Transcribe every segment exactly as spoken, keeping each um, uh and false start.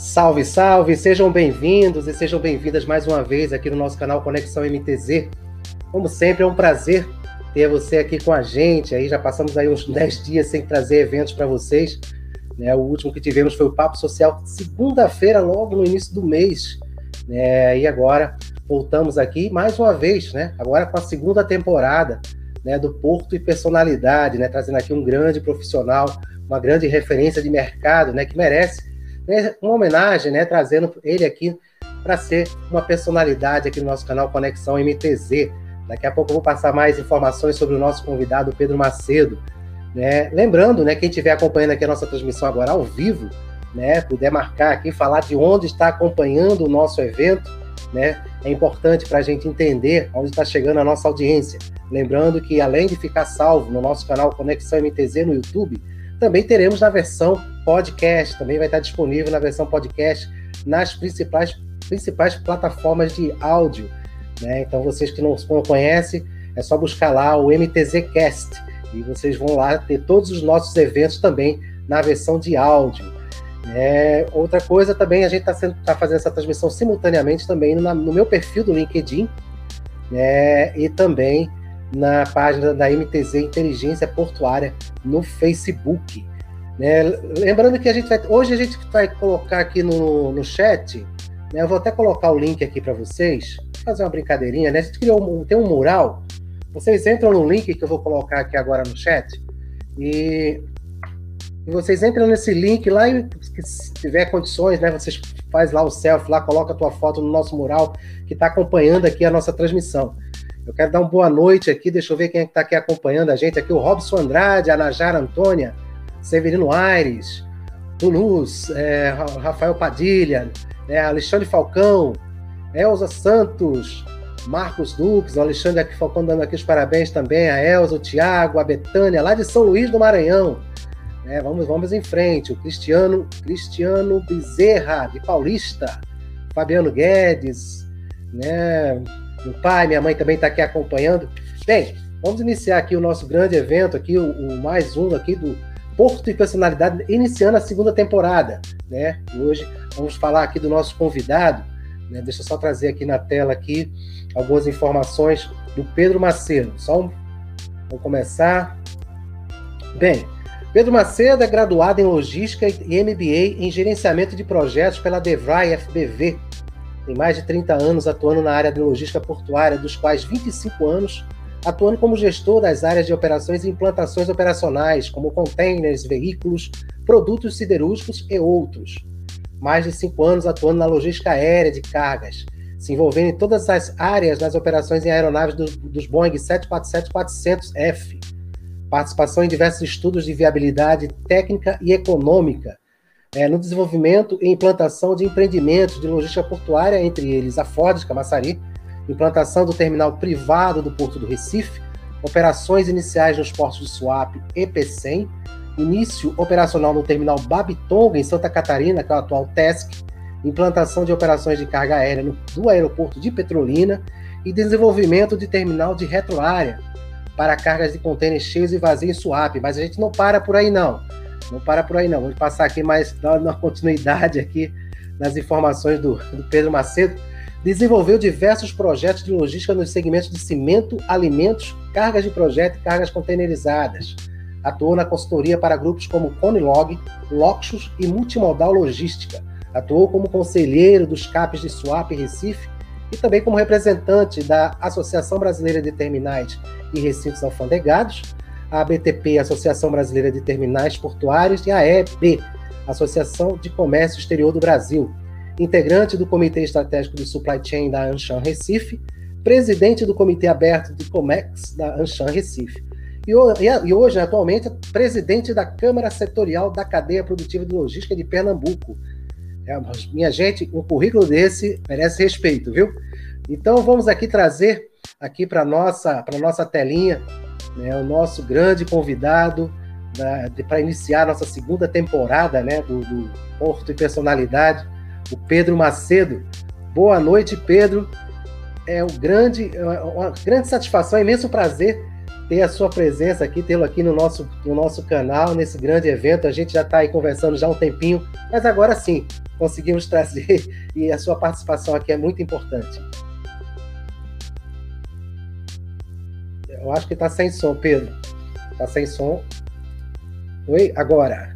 Salve, salve! Sejam bem-vindos e sejam bem-vindas mais uma vez aqui no nosso canal Conexão M T Z. Como sempre, é um prazer ter você aqui com a gente. Aí já passamos aí uns dez dias sem trazer eventos para vocês. Né? O último que tivemos foi o Papo Social, segunda-feira, logo no início do mês. Né? E agora voltamos aqui mais uma vez, né? Agora com a segunda temporada, né, do Porto e Personalidade, né? Trazendo aqui um grande profissional, uma grande referência de mercado, né? Que merece, né, uma homenagem, né? Trazendo ele aqui para ser uma personalidade aqui no nosso canal Conexão M T Z. Daqui a pouco eu vou passar mais informações sobre o nosso convidado, Pedro Macedo. Né? Lembrando, né, quem estiver acompanhando aqui a nossa transmissão agora ao vivo, né, puder marcar aqui, falar de onde está acompanhando o nosso evento, né, é importante para a gente entender onde está chegando a nossa audiência. Lembrando que, além de ficar salvo no nosso canal Conexão M T Z no YouTube, também teremos na versão podcast, também vai estar disponível na versão podcast nas principais, principais plataformas de áudio. Né? Então, vocês que não conhecem, é só buscar lá o M T Z Cast, e vocês vão lá ter todos os nossos eventos também na versão de áudio. É, outra coisa também, a gente está tá fazendo essa transmissão simultaneamente também no, no meu perfil do LinkedIn, né, e também na página da M T Z Inteligência Portuária no Facebook. Né? Lembrando que a gente vai, hoje a gente vai colocar aqui no, no chat, né, eu vou até colocar o link aqui para vocês, fazer uma brincadeirinha, né? A gente criou um, tem um mural, vocês entram no link que eu vou colocar aqui agora no chat, e E vocês entram nesse link lá e, se tiver condições, né, vocês faz lá o selfie, lá, coloca a tua foto no nosso mural, que está acompanhando aqui a nossa transmissão. Eu quero dar uma boa noite aqui, deixa eu ver quem é está aqui acompanhando a gente, aqui o Robson Andrade, a Najara Antônia, Severino Aires, Toulouse, é, Rafael Padilha, é, Alexandre Falcão, Elza Santos, Marcos Dux, o Alexandre aqui Falcão dando aqui os parabéns também, a Elza, o Tiago, a Betânia, lá de São Luís do Maranhão. É, vamos, vamos em frente, o Cristiano, Cristiano Bezerra, de Paulista, Fabiano Guedes, né? Meu pai, minha mãe também está aqui acompanhando. Bem, vamos iniciar aqui o nosso grande evento, aqui, o, o mais um aqui do Porto e Personalidade, iniciando a segunda temporada. Né? E hoje vamos falar aqui do nosso convidado, né? Deixa eu só trazer aqui na tela aqui algumas informações do Pedro Macedo. Só um, vamos começar. Bem, Pedro Macedo é graduado em Logística e M B A em Gerenciamento de Projetos pela DeVry F B V. Tem mais de trinta anos atuando na área de logística portuária, dos quais vinte e cinco anos atuando como gestor das áreas de operações e implantações operacionais, como containers, veículos, produtos siderúrgicos e outros. Mais de cinco anos atuando na logística aérea de cargas, se envolvendo em todas as áreas nas operações em aeronaves dos, dos Boeing sete quatro sete quatrocentos F. Participação em diversos estudos de viabilidade técnica e econômica, é, no desenvolvimento e implantação de empreendimentos de logística portuária, entre eles a Ford de Camaçari, implantação do terminal privado do Porto do Recife, operações iniciais nos portos de Suape e Pecém, início operacional no terminal Babitonga, em Santa Catarina, que é o atual T E S C, implantação de operações de carga aérea no, do aeroporto de Petrolina e desenvolvimento de terminal de retroárea para cargas de contêineres cheios e vazios em Suape, mas a gente não para por aí não, não para por aí não, vamos passar aqui mais, dando uma continuidade aqui nas informações do, do Pedro Macedo. Desenvolveu diversos projetos de logística nos segmentos de cimento, alimentos, cargas de projeto e cargas containerizadas. Atuou na consultoria para grupos como Conilog, Loxus e Multimodal Logística. Atuou como conselheiro dos C A Ps de Suape e Recife e também como representante da Associação Brasileira de Terminais e Recintos Alfandegados, a A B T P, Associação Brasileira de Terminais Portuários, e a E B, Associação de Comércio Exterior do Brasil. Integrante do Comitê Estratégico de Supply Chain da Anshan Recife, presidente do Comitê Aberto de Comex da Anshan Recife. E hoje, atualmente, é presidente da Câmara Setorial da Cadeia Produtiva de Logística de Pernambuco. É, minha gente, um currículo desse merece respeito, viu? Então vamos aqui trazer aqui para nossa para nossa telinha, né, o nosso grande convidado para iniciar a nossa segunda temporada, né, do, do Porto e Personalidade, o Pedro Macedo. Boa noite, Pedro. É um grande, uma grande satisfação, um imenso prazer ter a sua presença aqui, tê-lo aqui no nosso, no nosso canal, nesse grande evento. A gente já está aí conversando já há um tempinho, mas agora sim, conseguimos trazer, e a sua participação aqui é muito importante. Eu acho que está sem som, Pedro. Está sem som. Oi? Agora.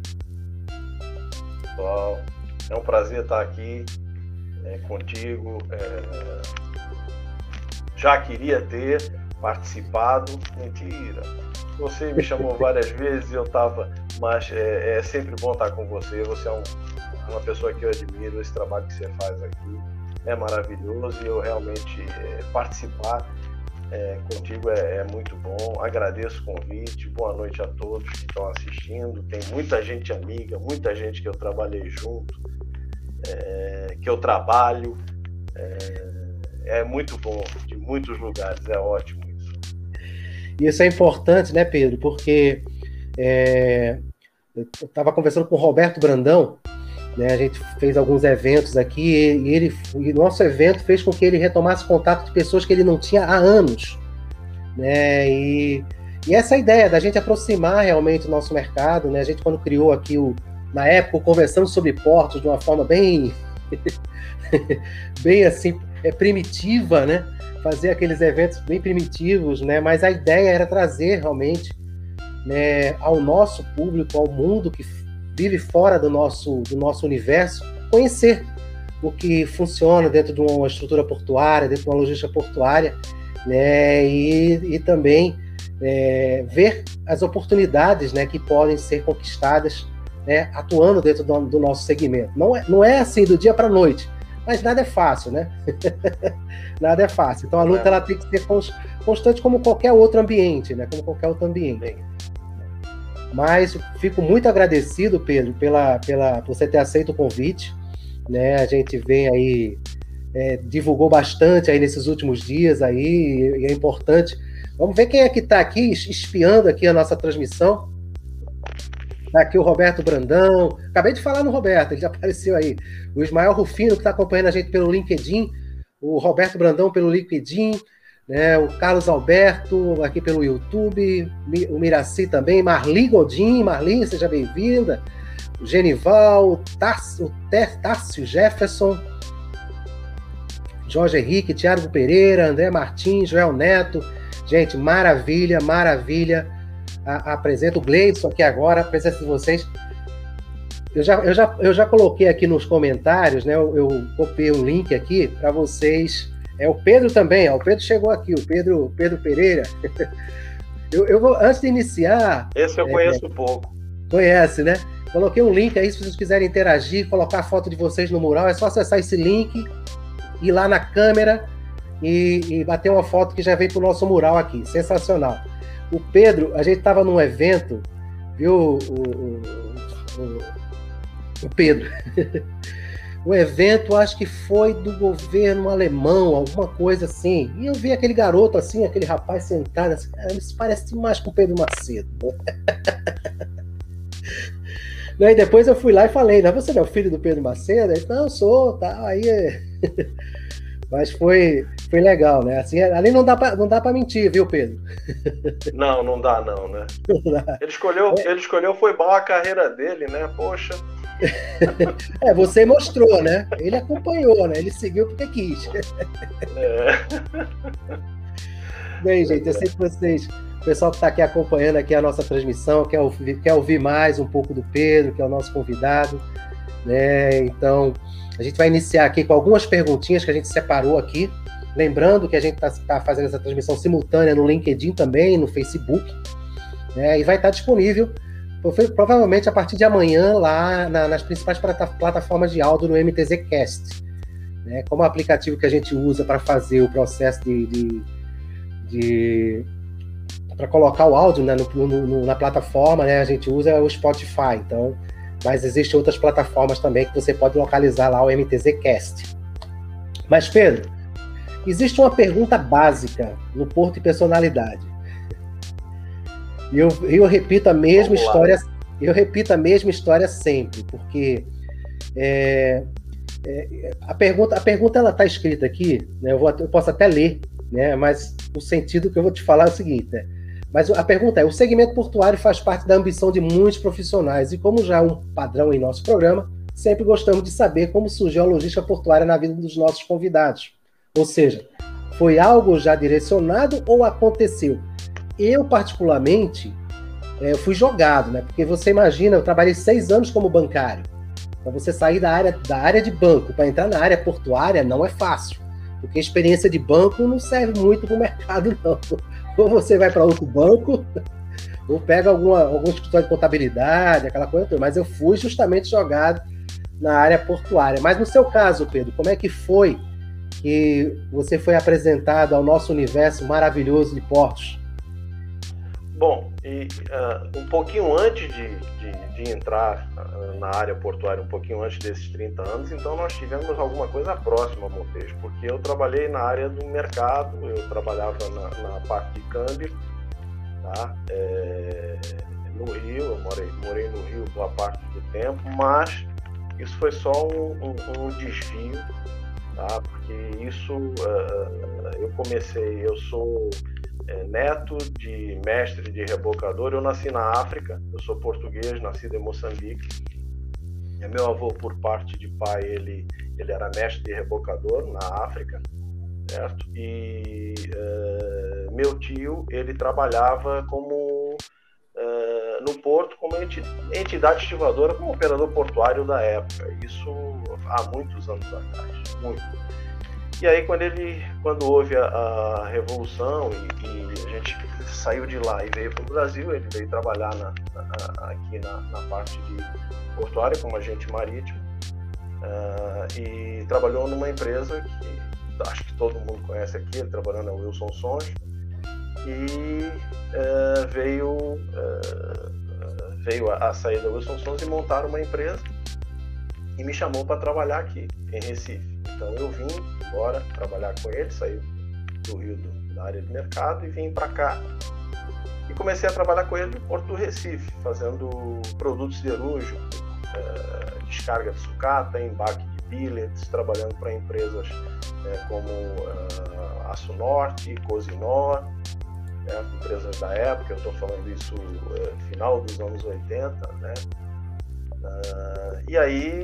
Pessoal, é um prazer estar aqui é, contigo. É... Já queria ter participado. Mentira. Você me chamou várias vezes e eu estava... Mas é, é sempre bom estar com você. Você é um, uma pessoa que eu admiro. Esse trabalho que você faz aqui é maravilhoso e eu realmente é, participar É, contigo é, é muito bom, agradeço o convite, boa noite a todos que estão assistindo, tem muita gente amiga, muita gente que eu trabalhei junto, é, que eu trabalho, é, é muito bom, de muitos lugares, é ótimo isso. Isso é importante, né, Pedro, porque é, eu estava conversando com o Roberto Brandão, né, a gente fez alguns eventos aqui e ele, e nosso evento fez com que ele retomasse contato de pessoas que ele não tinha há anos, né, e, e essa ideia da gente aproximar realmente o nosso mercado, né, a gente quando criou aqui, o, na época, conversando sobre portos de uma forma bem, bem assim, é, primitiva, né, fazer aqueles eventos bem primitivos, né, mas a ideia era trazer realmente, né, ao nosso público, ao mundo que vive fora do nosso, do nosso universo, conhecer o que funciona dentro de uma estrutura portuária, dentro de uma logística portuária, né, e, e também é, ver as oportunidades, né, que podem ser conquistadas, né, atuando dentro do, do nosso segmento. Não é, não é assim do dia para a noite, mas nada é fácil, né? Nada é fácil. Então a luta ela tem que ser constante como qualquer outro ambiente, né? Como qualquer outro ambiente. Mas fico muito agradecido, Pedro, pela, pela, por você ter aceito o convite, né? A gente vem aí, é, divulgou bastante aí nesses últimos dias aí, e é importante. Vamos ver quem é que está aqui, espiando aqui a nossa transmissão. Está aqui o Roberto Brandão. Acabei de falar no Roberto, ele já apareceu aí. O Ismael Rufino, que está acompanhando a gente pelo LinkedIn. O Roberto Brandão pelo LinkedIn. Né, o Carlos Alberto aqui pelo YouTube, o Miraci também, Marli Godin, Marli, seja bem-vinda, o Genival, o Tássio, Tássio Jefferson, Jorge Henrique, Thiago Pereira, André Martins, Joel Neto, gente, maravilha, maravilha, a, a apresento o Gleidson aqui agora, a presença de vocês. Eu já, eu já, eu já coloquei aqui nos comentários, né, eu, eu copiei um link aqui para vocês. É o Pedro também, ó, o Pedro chegou aqui, o Pedro, Pedro Pereira. Eu, eu vou, antes de iniciar... Esse eu conheço é, pouco. Conhece, né? Coloquei um link aí, se vocês quiserem interagir, colocar a foto de vocês no mural, é só acessar esse link, ir lá na câmera e, e bater uma foto que já vem pro nosso mural aqui. Sensacional. O Pedro, a gente estava num evento, viu, o, o, o, o Pedro... O evento, acho que foi do governo alemão, alguma coisa assim. E eu vi aquele garoto assim, aquele rapaz sentado, assim, cara, isso parece demais com o Pedro Macedo. E depois eu fui lá e falei, não, você não é o filho do Pedro Macedo? Ele disse, não, eu sou, tá, aí... Mas foi, foi legal, né? Assim, ali não dá pra, não dá pra mentir, viu, Pedro? Não, não dá não, né? Não dá. Ele escolheu, é. ele escolheu, foi bom a carreira dele, né? Poxa... É, você mostrou, né? Ele acompanhou, né? Ele seguiu porque quis. É. Bem, gente, eu sei que vocês, o pessoal que está aqui acompanhando aqui a nossa transmissão, quer ouvir, quer ouvir mais um pouco do Pedro, que é o nosso convidado, né? Então, a gente vai iniciar aqui com algumas perguntinhas que a gente separou aqui. Lembrando que a gente está tá fazendo essa transmissão simultânea no LinkedIn também, no Facebook, né? E vai estar disponível provavelmente a partir de amanhã lá na, nas principais plataformas de áudio no M T Z Cast, né? Como o aplicativo que a gente usa para fazer o processo de, de, de para colocar o áudio, né, no, no, na plataforma, né, a gente usa o Spotify, então, mas existem outras plataformas também que você pode localizar lá o M T Z Cast. Mas Pedro, existe uma pergunta básica no Porto e Personalidade. E eu, eu repito a mesma Vamos história, lá. eu repito a mesma história sempre, porque é, é, a pergunta, a pergunta ela está escrita aqui, né, eu, vou, eu posso até ler, né, mas o sentido que eu vou te falar é o seguinte, né? Mas a pergunta é, o segmento portuário faz parte da ambição de muitos profissionais e como já é um padrão em nosso programa, sempre gostamos de saber como surgiu a logística portuária na vida dos nossos convidados. Ou seja, foi algo já direcionado ou aconteceu? Eu, particularmente, é, fui jogado, né? Porque você imagina, eu trabalhei seis anos como bancário. Para você sair da área, da área de banco para entrar na área portuária não é fácil. Porque a experiência de banco não serve muito para o mercado, não. Ou você vai para outro banco, ou pega alguma, algum escritório de contabilidade, aquela coisa toda. Mas eu fui justamente jogado na área portuária. Mas no seu caso, Pedro, como é que foi que você foi apresentado ao nosso universo maravilhoso de portos? Bom, e uh, um pouquinho antes de, de, de entrar uh, na área portuária, um pouquinho antes desses trinta anos, então nós tivemos alguma coisa próxima, Montejo, porque eu trabalhei na área do mercado, eu trabalhava na, na parte de câmbio, tá? É, no Rio, eu morei, morei no Rio boa parte do tempo, mas isso foi só um, um, um desvio, tá? Porque isso, uh, eu comecei, eu sou é, neto de mestre de rebocador, eu nasci na África, eu sou português, nascido em Moçambique, e meu avô, por parte de pai, ele, ele era mestre de rebocador na África, certo? E uh, meu tio, ele trabalhava como Uh, no porto como entidade estivadora, como operador portuário da época, isso há muitos anos atrás, muito. E aí quando ele, quando houve a, a revolução e, e a gente saiu de lá e veio para o Brasil, ele veio trabalhar na, na, aqui na, na parte de portuária como agente marítimo, uh, e trabalhou numa empresa que acho que todo mundo conhece aqui, ele trabalhando na Wilson Sons. E uh, veio, uh, veio a, a sair da Wilson Sons e montaram uma empresa e me chamou para trabalhar aqui em Recife. Então eu vim embora trabalhar com ele, saí do Rio, do, da área de mercado, e vim para cá e comecei a trabalhar com ele no Porto do Recife, fazendo produtos siderúrgicos, uh, descarga de sucata, embarque de billets, trabalhando para empresas uh, como uh, Aço Norte, Cosinor, É, empresas da época, eu estou falando isso é, final dos anos oitenta, né? Uh, e aí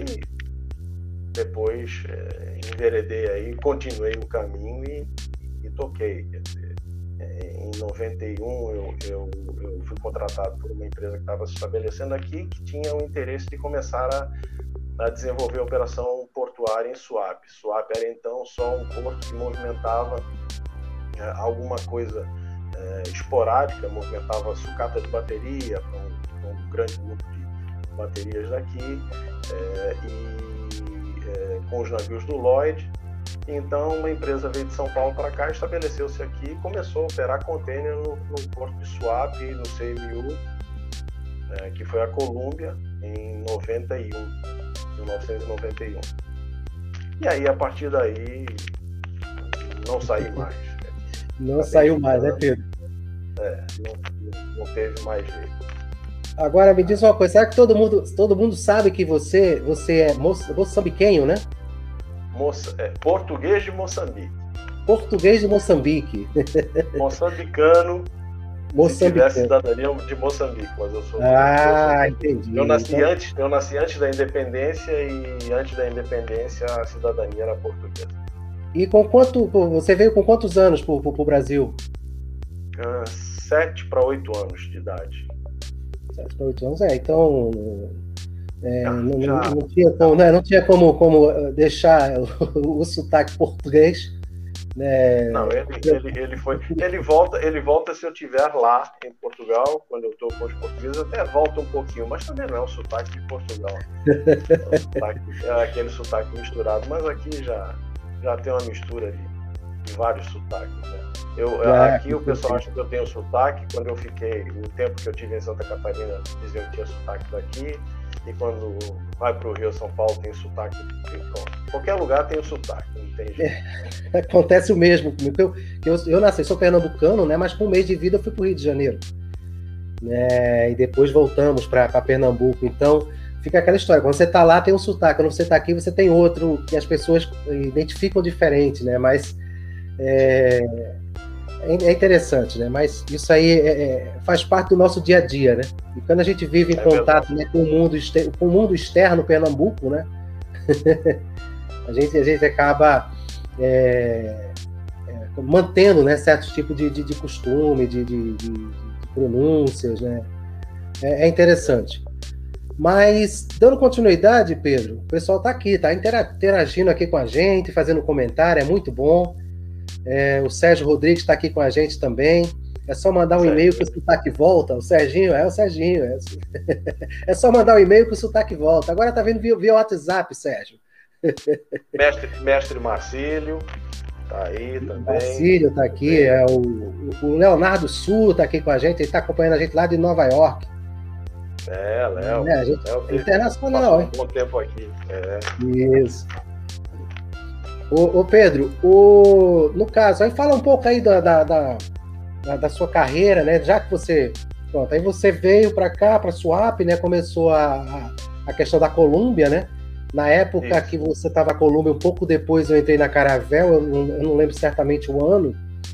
depois é, enveredei aí, continuei o caminho e, e toquei. Quer dizer, é, em noventa e um eu, eu, eu fui contratado por uma empresa que estava se estabelecendo aqui, que tinha o interesse de começar a, a desenvolver a operação portuária em Suape. Suape era então só um porto que movimentava é, alguma coisa É, esporádica, movimentava sucata de bateria para um, um grande grupo de baterias daqui, é, e é, com os navios do Lloyd. Então uma empresa veio de São Paulo para cá, estabeleceu-se aqui e começou a operar contêiner no, no porto de Suape, no C M U, é, que foi a Colômbia, em noventa e um, mil novecentos e noventa e um. E aí a partir daí não saí mais. Não saiu mais, né, Pedro? É, não, não teve mais jeito. Agora me diz uma coisa, será que todo mundo, todo mundo sabe que você, você é moça, moçambiquenho, né? Moça, é, português de Moçambique. Português de Moçambique. Moçambicano. Moçambicano. Se tivesse cidadania de Moçambique, mas eu sou. Ah, eu sou, entendi. Eu nasci, então... antes, eu nasci antes da independência e antes da independência a cidadania era portuguesa. E com quanto, você veio com quantos anos para o Brasil? Uh, sete para oito anos de idade. Sete para oito anos, é. Então, é, já, não, já... não, não tinha como, né, não tinha como, como deixar o, o sotaque português. Né? Não, ele, ele, ele foi. Ele volta, ele volta se eu estiver lá em Portugal, quando eu estou com os portugueses, até volta um pouquinho, mas também não é o sotaque de Portugal. É, o sotaque, é aquele sotaque misturado, mas aqui já. já tem uma mistura de, de vários sotaques, né? Eu, é, aqui o pessoal acha que eu tenho sotaque, quando eu fiquei, o tempo que eu tive em Santa Catarina, diziam que tinha sotaque daqui, e quando vai para o Rio, São Paulo, tem sotaque de pronto. Qualquer lugar tem o sotaque, não tem jeito. É, acontece o mesmo comigo, eu, eu, eu nasci, sou pernambucano, né, mas com um mês de vida eu fui para o Rio de Janeiro, né, e depois voltamos para Pernambuco, então... Fica aquela história, quando você está lá tem um sotaque, quando você está aqui você tem outro que as pessoas identificam diferente, né? Mas é, é, é interessante, né? Mas isso aí é, é, faz parte do nosso dia a dia, né? E quando a gente vive em é contato, né, com, o mundo externo, com o mundo externo Pernambuco, né? a, gente, a gente acaba é, é, mantendo, né, certos tipos de, de, de costume, de, de, de, de pronúncias, né? É, é interessante. Mas, dando continuidade, Pedro, o pessoal está aqui, está interagindo aqui com a gente, fazendo comentário, é muito bom. É, o Sérgio Rodrigues está aqui com a gente também. É só mandar um e-mail que o sotaque volta. O Serginho, é o Serginho. É, é só mandar um e-mail que o sotaque volta. Agora está vindo via, via WhatsApp, Sérgio. Mestre, mestre Marcílio está aí também. Marcílio está aqui. É, o, o Leonardo Sul está aqui com a gente. Ele está acompanhando a gente lá de Nova York. É, Léo. É, gente, Léo internacional, hein? Um bom tempo aqui. É. Isso. Ô, ô Pedro, o, no caso, aí fala um pouco aí da, da, da, da sua carreira, né? Já que você, pronto, aí você veio para cá, para a Suape, né? Começou a, a, a questão da Columbia, né? Na época Isso. que você estava na Columbia, um pouco depois eu entrei na Caravel, eu não, eu não lembro certamente o ano.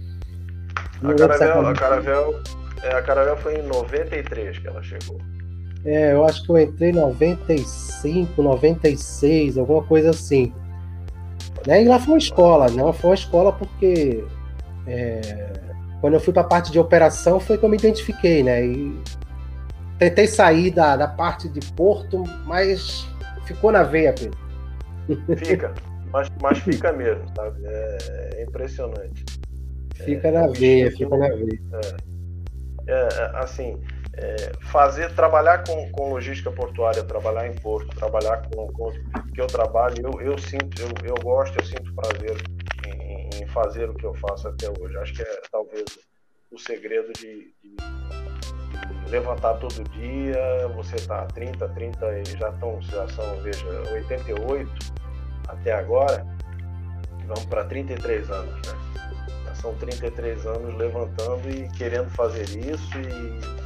A Caravel, a, Caravel, é, a Caravel foi em noventa e três que ela chegou. É, eu acho que eu entrei em noventa e cinco, noventa e seis, alguma coisa assim. Né? E lá foi uma escola, né? Foi uma escola porque é, quando eu fui para a parte de operação foi que eu me identifiquei, né? E tentei sair da, da parte de Porto, mas ficou na veia, Pedro. Fica, mas, mas fica mesmo, sabe? É, é impressionante. Fica é, na veia, fica na veia. É, é, assim, é, fazer, trabalhar com, com logística portuária, trabalhar em porto, trabalhar com, com que eu trabalho, eu, eu sinto, eu, eu gosto, eu sinto prazer em, em fazer o que eu faço até hoje. Acho que é talvez o segredo de, de, de levantar todo dia. Você está trinta, trinta e já estão, já são, veja, oitenta e oito até agora, vamos para trinta e três anos, né? Já são trinta e três anos levantando e querendo fazer isso e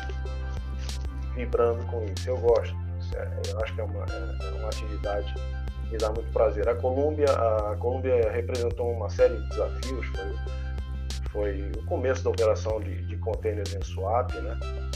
vibrando com isso. Eu gosto. Eu acho que é uma, é uma atividade que me dá muito prazer. A Columbia, a Columbia representou uma série de desafios. Foi, foi o começo da operação de, de containers em Suape, né?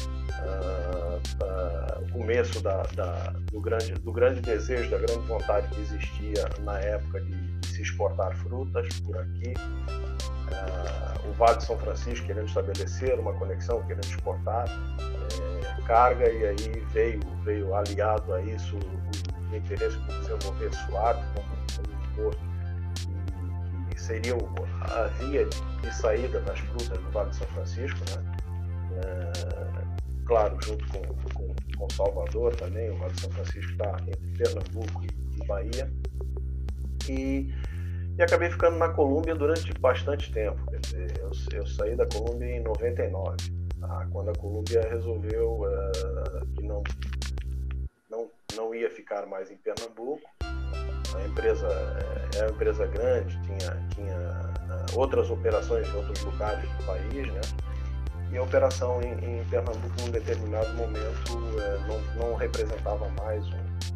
Uh, uh, o começo da, da, do, grande, do grande desejo, da grande vontade que existia na época de, de se exportar frutas por aqui. Uh, o Vale de São Francisco querendo estabelecer uma conexão, querendo exportar é, carga, e aí veio, veio aliado a isso o, o interesse por desenvolver Suape como, como um porto que, que seria o, a via de, de saída das frutas do Vale de São Francisco, né? Uh, claro, junto com, com, com Salvador também. O Vale de São Francisco está entre Pernambuco e, e Bahia. E E acabei ficando na Columbia durante bastante tempo. Quer dizer, eu, eu saí da Columbia em noventa e nove, tá? Quando a Columbia resolveu uh, que não, não, não ia ficar mais em Pernambuco. A empresa uh, era uma empresa grande, tinha, tinha uh, outras operações em outros lugares do país, né? E a operação em, em Pernambuco, num determinado momento, uh, não, não representava mais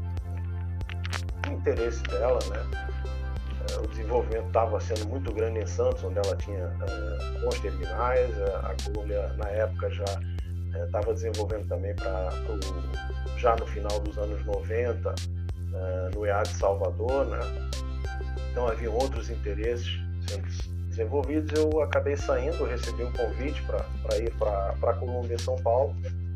um, um interesse dela, né? O desenvolvimento estava sendo muito grande em Santos, onde ela tinha uh, bons terminais. A Columbia, na época, já estava uh, desenvolvendo também para já no final dos anos noventa, uh, no E A de Salvador, né? Então havia outros interesses sendo desenvolvidos. Eu acabei saindo, recebi um convite para ir para a Columbia em São Paulo.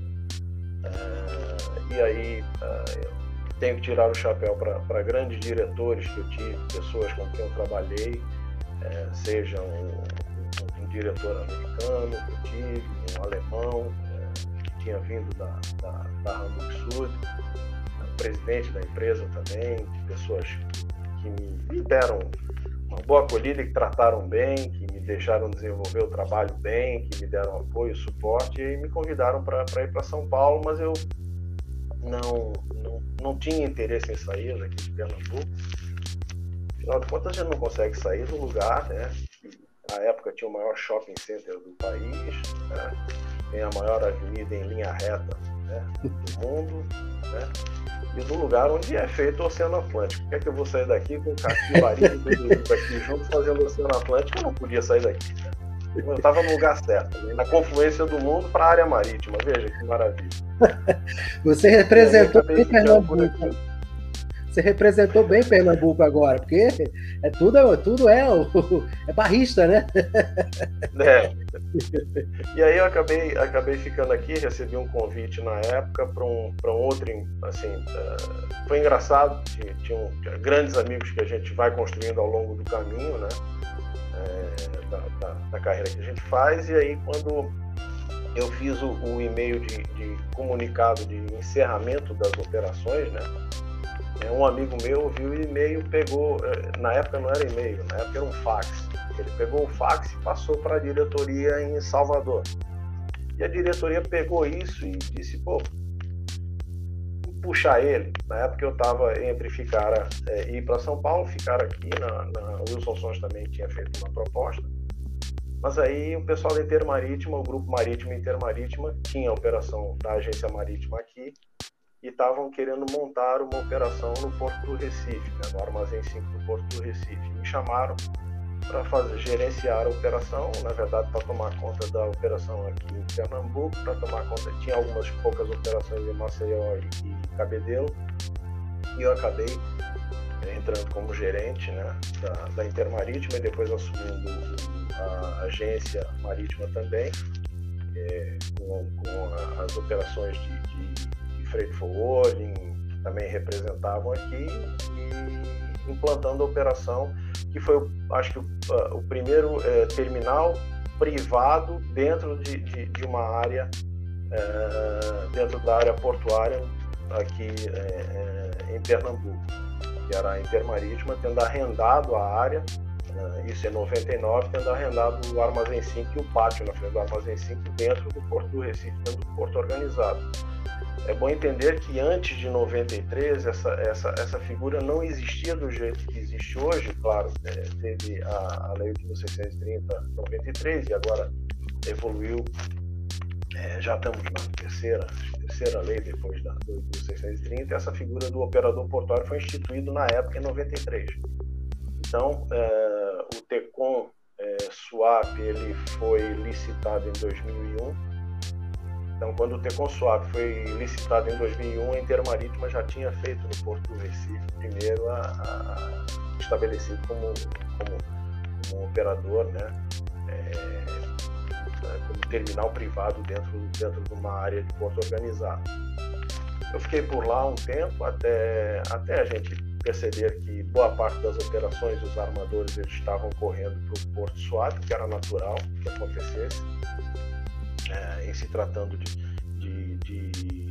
Uh, e aí uh, eu tenho que tirar o chapéu para grandes diretores que eu tive, pessoas com quem eu trabalhei, é, seja um, um, um diretor americano que eu tive, um alemão é, que tinha vindo da, da, da Hamburg Süd, o presidente da empresa também, pessoas que me deram uma boa acolhida, que trataram bem, que me deixaram desenvolver o trabalho bem, que me deram apoio, suporte, e me convidaram para ir para São Paulo, mas eu não, não, não tinha interesse em sair daqui de Pernambuco. Afinal de contas, a gente não consegue sair do lugar, né? Na época tinha o maior shopping center do país, né? Tem a maior avenida em linha reta, né, do mundo, né? E do lugar onde é feito o Oceano Atlântico. Por que é que eu vou sair daqui com o Capivari e tudo isso aqui junto fazendo o Oceano Atlântico? Eu não podia sair daqui, né? Eu estava no lugar certo, né? Na confluência do mundo para a área marítima. Veja que maravilha. Você representou bem Pernambuco. Você representou bem Pernambuco agora, porque é tudo, tudo é, é barrista, né? É. E aí eu acabei, acabei ficando aqui, recebi um convite na época para um, para um outro, assim, uh, foi engraçado, tinha, tinha grandes amigos que a gente vai construindo ao longo do caminho, né? É, da, da, da carreira que a gente faz, e aí quando eu fiz o, o e-mail de, de comunicado de encerramento das operações, né? Um amigo meu viu o e-mail, pegou, na época não era e-mail, na época era um fax. Ele pegou o fax e passou para a diretoria em Salvador. E a diretoria pegou isso e disse, pô, puxar ele. Na época eu estava entre ficar, é, ir para São Paulo, ficar aqui, na, na Wilson Sons também tinha feito uma proposta. Mas aí o pessoal da Intermarítima, o Grupo Marítimo Intermarítima, tinha a operação da Agência Marítima aqui, e estavam querendo montar uma operação no Porto do Recife, né, no Armazém cinco do Porto do Recife. Me chamaram para fazer gerenciar a operação, na verdade para tomar conta da operação aqui em Pernambuco, para tomar conta, tinha algumas poucas operações em Maceió e, e Cabedelo, e eu acabei entrando como gerente, né, da, da Intermarítima e depois assumindo a Agência Marítima também, é, com, com as operações de, de freight forwarding, que também representavam aqui, e implantando a operação, que foi, acho que, o, o primeiro é, terminal privado dentro de, de, de uma área, é, dentro da área portuária aqui é, é, em Pernambuco, que era a Intermarítima, tendo arrendado a área, é, isso em noventa e nove, tendo arrendado o Armazém cinco e o pátio na frente do Armazém cinco dentro do Porto do Recife, dentro do Porto Organizado. É bom entender que antes de noventa e três, essa, essa, essa figura não existia do jeito que existe hoje. Claro, é, teve a, a Lei de mil seiscentos e trinta, noventa e três, e agora evoluiu, é, já estamos na terceira, terceira lei depois da de mil seiscentos e trinta, essa figura do operador portuário foi instituído na época, em noventa e três. Então, é, o TECOM é, Swap, ele foi licitado em dois mil e um. Então, quando o TECOM Swap foi licitado em dois mil e um, a Intermarítima já tinha feito no Porto do Recife, primeiro a, a, estabelecido como, como, como operador, né, é, como terminal privado dentro, dentro de uma área de porto organizado. Eu fiquei por lá um tempo, até, até a gente perceber que boa parte das operações dos armadores eles estavam correndo para o Porto Swap, que era natural que acontecesse. É, em se tratando de, de, de,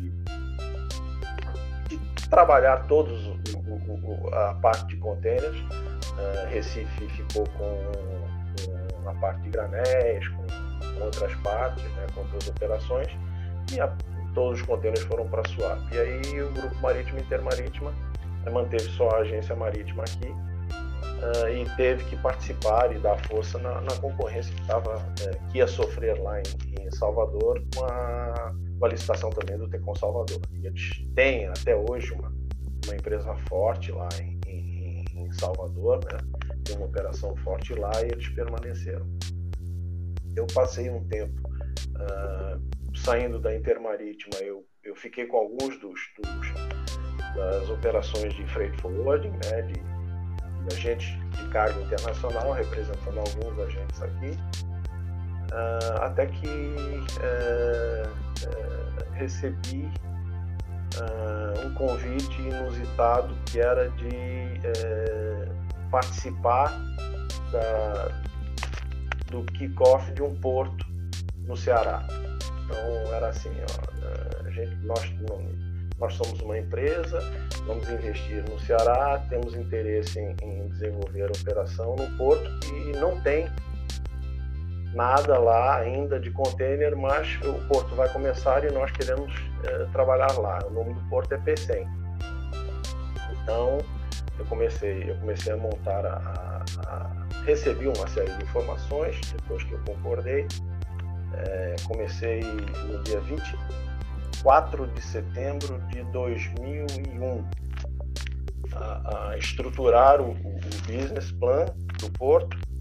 de trabalhar todos o, o, o, a parte de containers. É, Recife ficou com, com a parte de granéis, com, com outras partes, né, com outras operações, e a, todos os containers foram para a Swap. E aí o Grupo Marítimo Intermarítima manteve só a Agência Marítima aqui, Uh, e teve que participar e dar força na, na concorrência que, tava, uh, que ia sofrer lá em, em Salvador com a, com a licitação também do TECOM Salvador. E eles têm até hoje uma, uma empresa forte lá em, em, em Salvador, né? Tem uma operação forte lá e eles permaneceram. Eu passei um tempo uh, saindo da Intermarítima, eu, eu fiquei com alguns dos, dos, das operações de freight forwarding, né? De, agentes de carga internacional, representando alguns agentes aqui, uh, até que uh, uh, recebi uh, um convite inusitado, que era de uh, participar da, do kick-off de um porto no Ceará. Então era assim, ó, a gente, nós não, Nós somos uma empresa, vamos investir no Ceará, temos interesse em, em desenvolver a operação no porto que não tem nada lá ainda de container, mas o porto vai começar e nós queremos é, trabalhar lá. O nome do porto é P cem. Então, eu comecei, eu comecei a montar, a, a, a recebi uma série de informações, depois que eu concordei. É, comecei no dia vinte e quatro de setembro de dois mil e um a, a estruturar o, o business plan do porto,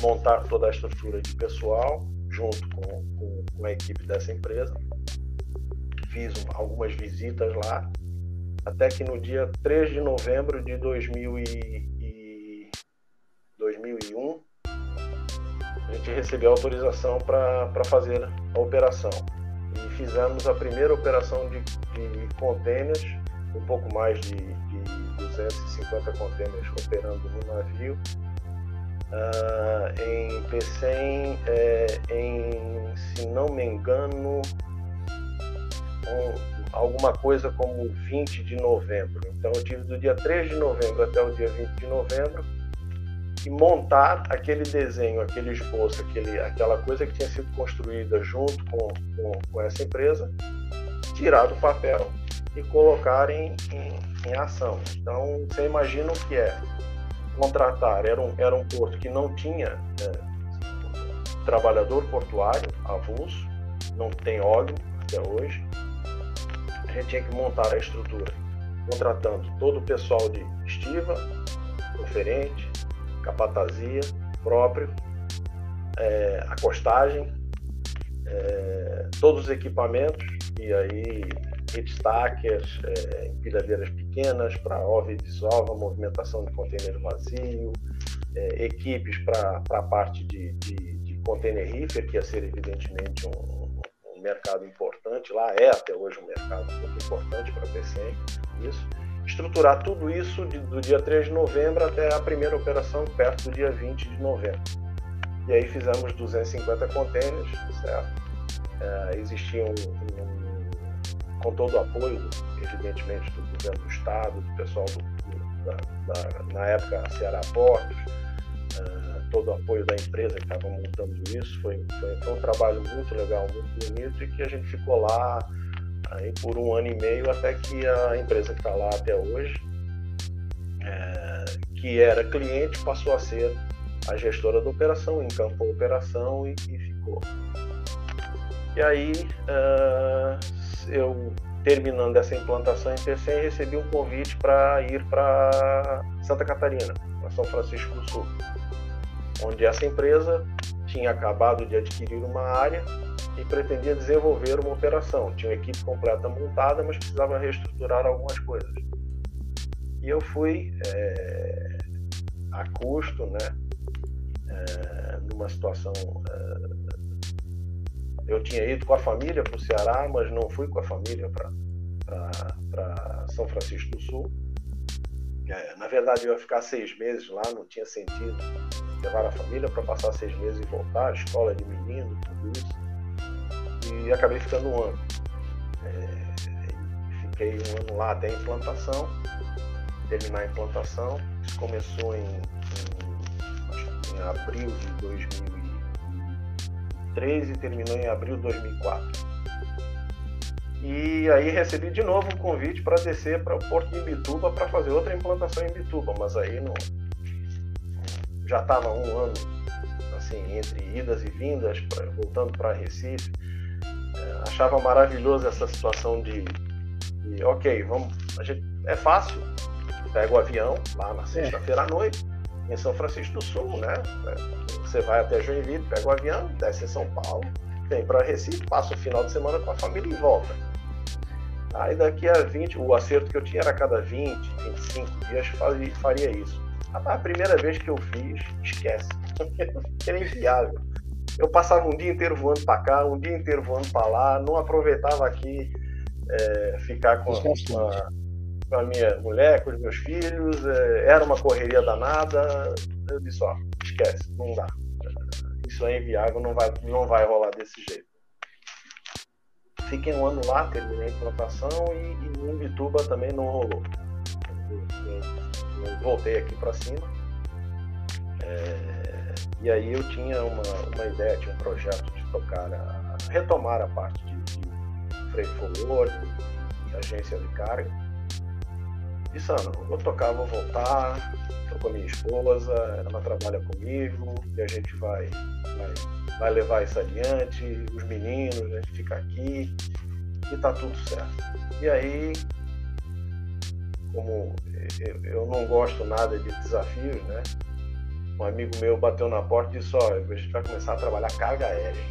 montar toda a estrutura de pessoal, junto com, com, com a equipe dessa empresa. Fiz um, algumas visitas lá, até que no dia três de novembro de dois mil e um, a gente recebeu autorização para fazer a operação. E fizemos a primeira operação de, de containers, um pouco mais de, de duzentos e cinquenta containers operando no navio, uh, em Pecém, é, em, se não me engano, um, alguma coisa como vinte de novembro. Então eu tive do dia três de novembro até o dia vinte de novembro e montar aquele desenho, aquele esboço, aquele, aquela coisa que tinha sido construída junto com, com, com essa empresa, tirar do papel e colocar em, em, em ação. Então você imagina o que é contratar, era um, era um porto que não tinha né, trabalhador portuário avulso, não tem óleo até hoje. A gente tinha que montar a estrutura, contratando todo o pessoal de estiva, oferente, capatazia próprio, é, acostagem, é, todos os equipamentos, e aí headstackers, é, empilhadeiras pequenas para ova e desova, movimentação de container vazio, é, equipes para a parte de, de, de container reefer, que ia ser evidentemente um mercado importante, lá é até hoje um mercado muito importante para a Pecém, isso. Estruturar tudo isso de, do dia três de novembro até a primeira operação, perto do dia vinte de novembro. E aí fizemos duzentos e cinquenta containers, certo? É, existia um, um, com todo o apoio, evidentemente, do governo do estado, do pessoal do, do, da, da, na época, Ceará Portos, Uh, todo o apoio da empresa que estava montando isso, foi, foi, foi um trabalho muito legal, muito bonito, e que a gente ficou lá aí por um ano e meio até que a empresa que está lá até hoje, é, que era cliente, passou a ser a gestora da operação, encampou a operação e, e ficou. E aí uh, eu, terminando essa implantação em Pecém, recebi um convite para ir para Santa Catarina, para São Francisco do Sul, onde essa empresa tinha acabado de adquirir uma área e pretendia desenvolver uma operação. Tinha uma equipe completa montada, mas precisava reestruturar algumas coisas. E eu fui é, a custo, né, é, numa situação... É, eu tinha ido com a família para o Ceará, mas não fui com a família para São Francisco do Sul. É, na verdade, eu ia ficar seis meses lá, não tinha sentido levar a família para passar seis meses e voltar, escola de menino, tudo isso. E acabei ficando um ano. É, fiquei um ano lá até a implantação, terminar a implantação. Isso começou em, em, em abril de dois mil e três e terminou em abril de dois mil e quatro. E aí recebi de novo um convite para descer para o Porto de Imbituba para fazer outra implantação em Imbituba, mas aí não, já estava um ano assim, entre idas e vindas, pra, voltando para Recife. É, achava maravilhoso essa situação de, de ok, vamos, a gente, é fácil, pega o avião lá na sexta-feira à noite, em São Francisco do Sul, né? Você vai até Joinville, pega o avião, desce em São Paulo, vem para Recife, passa o final de semana com a família e volta. Aí daqui a vinte, o acerto que eu tinha era a cada vinte, vinte e cinco dias faria, faria isso. A primeira vez que eu fiz, esquece, era inviável. Eu passava um dia inteiro voando para cá, um dia inteiro voando para lá, não aproveitava aqui é, ficar com a, com, a, com a minha mulher, com os meus filhos, é, era uma correria danada. Eu disse, ó, esquece, não dá. Isso é inviável, não vai, não vai rolar desse jeito. Fiquei um ano lá, terminei a implantação e, e em Imbituba também não rolou. Eu, eu, eu voltei aqui para cima. É, e aí eu tinha uma, uma ideia, tinha um projeto de tocar, a, retomar a parte de, de freight forward e agência de carga. Disse, ah, não, vou tocar, vou voltar, estou com a minha esposa, ela trabalha comigo e a gente vai, vai, vai levar isso adiante, os meninos, a gente fica aqui e tá tudo certo. E aí, como eu, eu não gosto nada de desafios, né? um amigo meu bateu na porta e disse, ó, a gente vai começar a trabalhar carga aérea.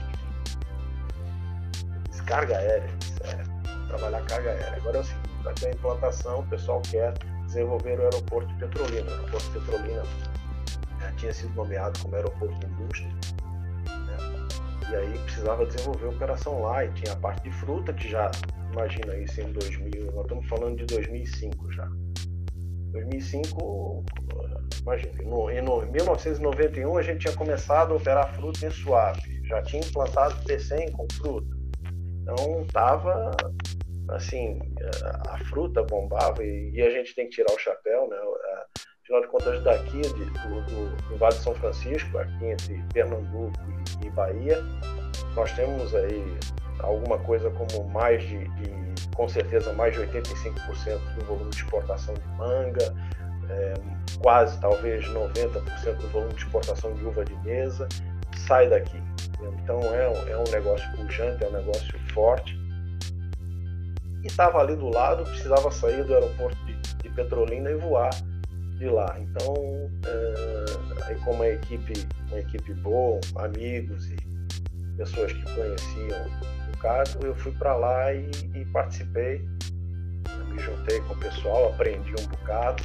Disse, carga aérea? Disse, é, trabalhar carga aérea. Agora é o seguinte, vai ter a implantação, o pessoal quer desenvolver o aeroporto de Petrolina. O aeroporto de Petrolina já tinha sido nomeado como aeroporto de indústria, né? E aí precisava desenvolver a operação lá, e tinha a parte de fruta, que já, imagina isso em dois mil, nós estamos falando de dois mil e cinco já. dois mil e cinco, imagina, no, em mil novecentos e noventa e um a gente tinha começado a operar fruta em Suape, já tinha implantado P cem com fruta. Então estava, assim, a fruta bombava e, e a gente tem que tirar o chapéu, né? Afinal de contas, daqui de, do, do, do Vale de São Francisco, aqui entre Pernambuco e, e Bahia, nós temos aí alguma coisa como mais de, de com certeza mais de oitenta e cinco por cento do volume de exportação de manga, é, quase talvez noventa por cento do volume de exportação de uva de mesa, sai daqui. Então é um, é um negócio pujante, é um negócio forte. E estava ali do lado, precisava sair do aeroporto de, de Petrolina e voar de lá. Então, é, aí com uma equipe, uma equipe boa, amigos e pessoas que conheciam o cargo, eu fui para lá e, e participei. Eu me juntei com o pessoal, aprendi um bocado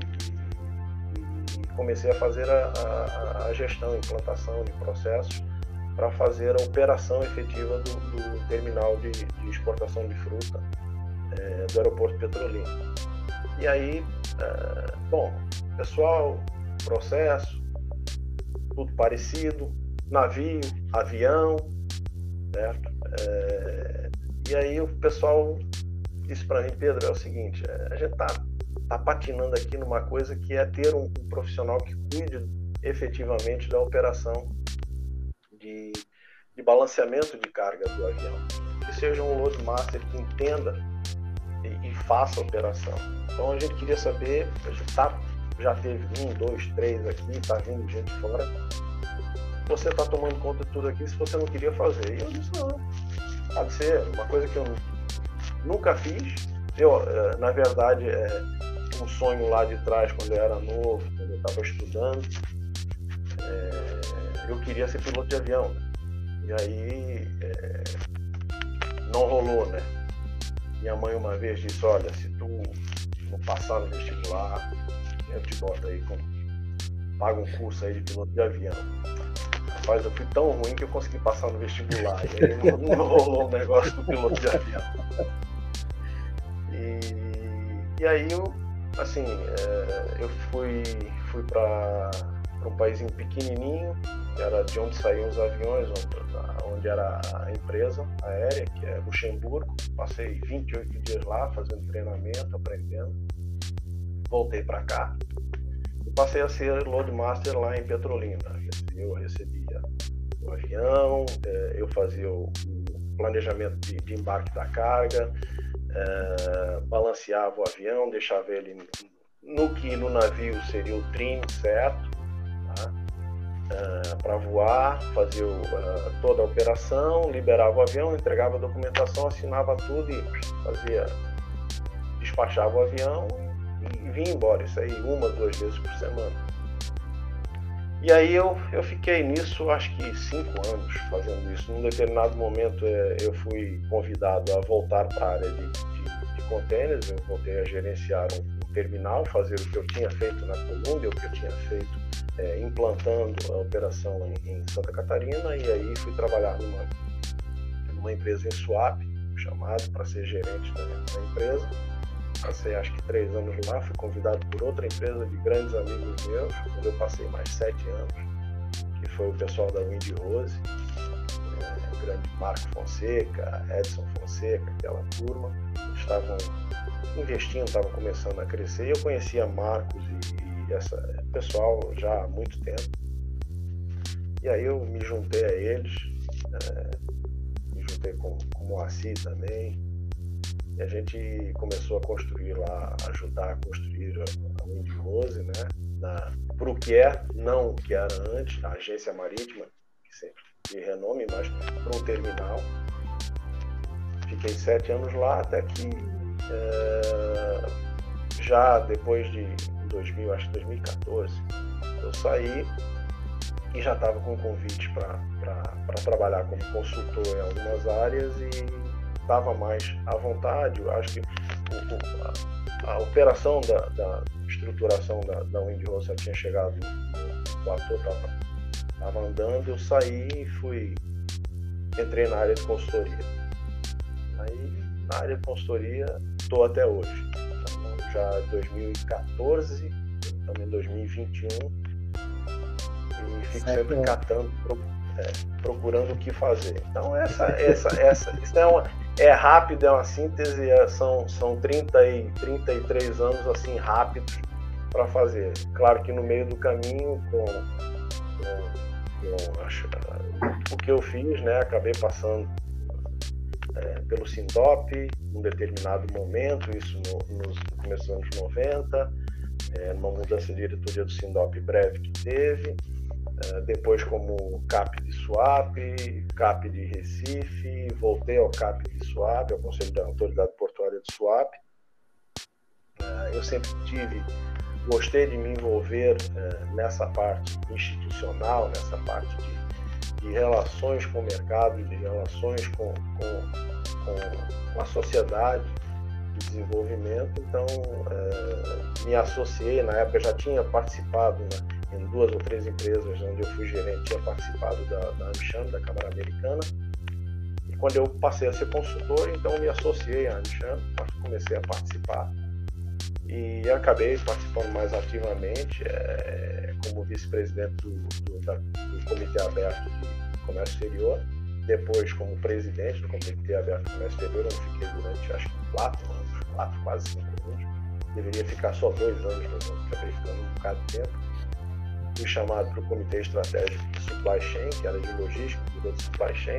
e, e comecei a fazer a, a, a gestão, a implantação de processos para fazer a operação efetiva do, do terminal de, de exportação de fruta é, do aeroporto Petrolina. E aí, é, bom, pessoal, processo, tudo parecido, navio, avião, certo? É, e aí o pessoal disse para mim, Pedro, é o seguinte, a gente tá, tá patinando aqui numa coisa que é ter um, um profissional que cuide efetivamente da operação de, de balanceamento de carga do avião, que seja um loadmaster que entenda e, e faça a operação. Então a gente queria saber, a gente tá, já teve um, dois, três aqui, tá vindo gente fora, você tá tomando conta de tudo aqui se você não queria fazer. E eu disse, não, pode ser, uma coisa que eu nunca fiz. Eu, na verdade, é um sonho lá de trás, quando eu era novo, quando eu estava estudando, é, eu queria ser piloto de avião, né? E aí é, não rolou, né? Minha mãe uma vez disse, olha, se tu não passar no vestibular, eu te boto aí, com, paga um curso aí de piloto de avião. Rapaz, eu fui tão ruim que eu consegui passar no vestibular, e aí não, não rolou o negócio do piloto de avião. E, e aí, eu, assim, é, eu fui, fui para um paísinho pequenininho, que era de onde saíam os aviões, onde, onde era a empresa aérea, que é Luxemburgo. Passei vinte e oito dias lá, fazendo treinamento, aprendendo. Voltei para cá e passei a ser loadmaster lá em Petrolina. Eu recebia o avião, eu fazia o planejamento de, de embarque da carga, é, balanceava o avião, deixava ele no que no navio seria o trim certo, tá? É, para voar, fazia o, uh, toda a operação, liberava o avião, entregava a documentação, assinava tudo e fazia, despachava o avião e, e vinha embora. Isso aí uma, duas vezes por semana. E aí eu, eu fiquei nisso, acho que cinco anos fazendo isso. Num determinado momento eu fui convidado a voltar para a área de, de, de containers. Eu voltei a gerenciar um, um terminal, fazer o que eu tinha feito na Colômbia, o que eu tinha feito é, implantando a operação em, em Santa Catarina. E aí fui trabalhar numa, numa empresa em Suape, chamado para ser gerente da, da empresa. Passei acho que três anos lá, fui convidado por outra empresa de grandes amigos meus, onde eu passei mais sete anos, que foi o pessoal da Windy Rose, é, o grande Marco Fonseca, Edson Fonseca, aquela turma. Eles estavam investindo, estavam começando a crescer, e eu conhecia Marcos e, e esse pessoal já há muito tempo. E aí eu me juntei a eles, é, me juntei com, com o Moacir também. E a gente começou a construir lá, ajudar a construir a Windy Rose, né? Para o que é, não o que era antes, a agência marítima, que sempre de renome, mas para um terminal. Fiquei sete anos lá, até que é, já depois de dois mil, acho que dois mil e quatorze, eu saí e já estava com convite para trabalhar como consultor em algumas áreas e estava mais à vontade. Eu acho que o, a, a operação da, da estruturação da, da Windrose já tinha chegado no platô, estava andando, eu saí e fui, entrei na área de consultoria. Aí, na área de consultoria, estou até hoje. Então, já em dois mil e quatorze, estamos em dois mil e vinte e um, e fico certo. Sempre catando, é, procurando o que fazer. Então, essa, essa, essa, isso é, uma, é rápido, é uma síntese, é, são, são trinta e três anos assim, rápidos para fazer. Claro que no meio do caminho, com, com, com acho, o que eu fiz, né, acabei passando é, pelo Sindop em um determinado momento, isso no, nos começos dos anos noventa, é, uma mudança de diretoria do Sindop breve que teve, é, depois como CAP de Suape, CAP de Recife, voltei ao CAP de Suape, ao Conselho da Autoridade Portuária de Suape. É, eu sempre tive, gostei de me envolver é, nessa parte institucional, nessa parte de, de relações com o mercado, de relações com, com, com, com a sociedade, de desenvolvimento. Então, é, me associei, na época já tinha participado, né, em duas ou três empresas onde eu fui gerente, tinha participado da, da AmCham, da Câmara Americana. E quando eu passei a ser consultor, então me associei à AmCham, comecei a participar e acabei participando mais ativamente é, como vice-presidente do, do, da, do Comitê Aberto de Comércio Exterior, depois como presidente do Comitê Aberto de Comércio Exterior, onde fiquei durante acho que quatro anos, quatro, quase cinco anos. Deveria ficar só dois anos, mas eu acabei ficando um bocado de tempo. Fui chamado para o Comitê Estratégico de Supply Chain, que era de logística, de supply chain,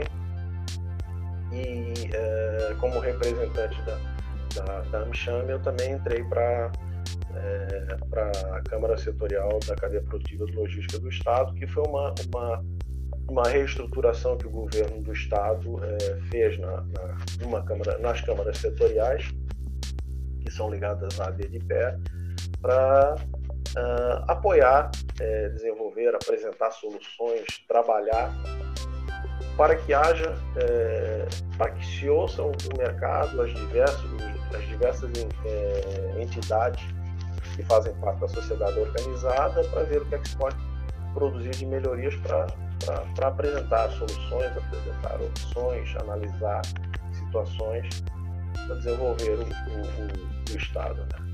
e é, como representante da, da, da AmCham, eu também entrei para é, para a Câmara Setorial da Cadeia Produtiva de Logística do Estado, que foi uma, uma, uma reestruturação que o governo do Estado é, fez na, na, numa câmara, nas câmaras setoriais, que são ligadas à ADEDIPE, para Uh, apoiar, é, desenvolver, apresentar soluções, trabalhar para que haja, é, para que se ouçam o mercado, as diversas, as diversas é, entidades que fazem parte da sociedade organizada, para ver o que é que se pode produzir de melhorias para para apresentar soluções, apresentar opções, analisar situações para desenvolver o, o, o Estado, né?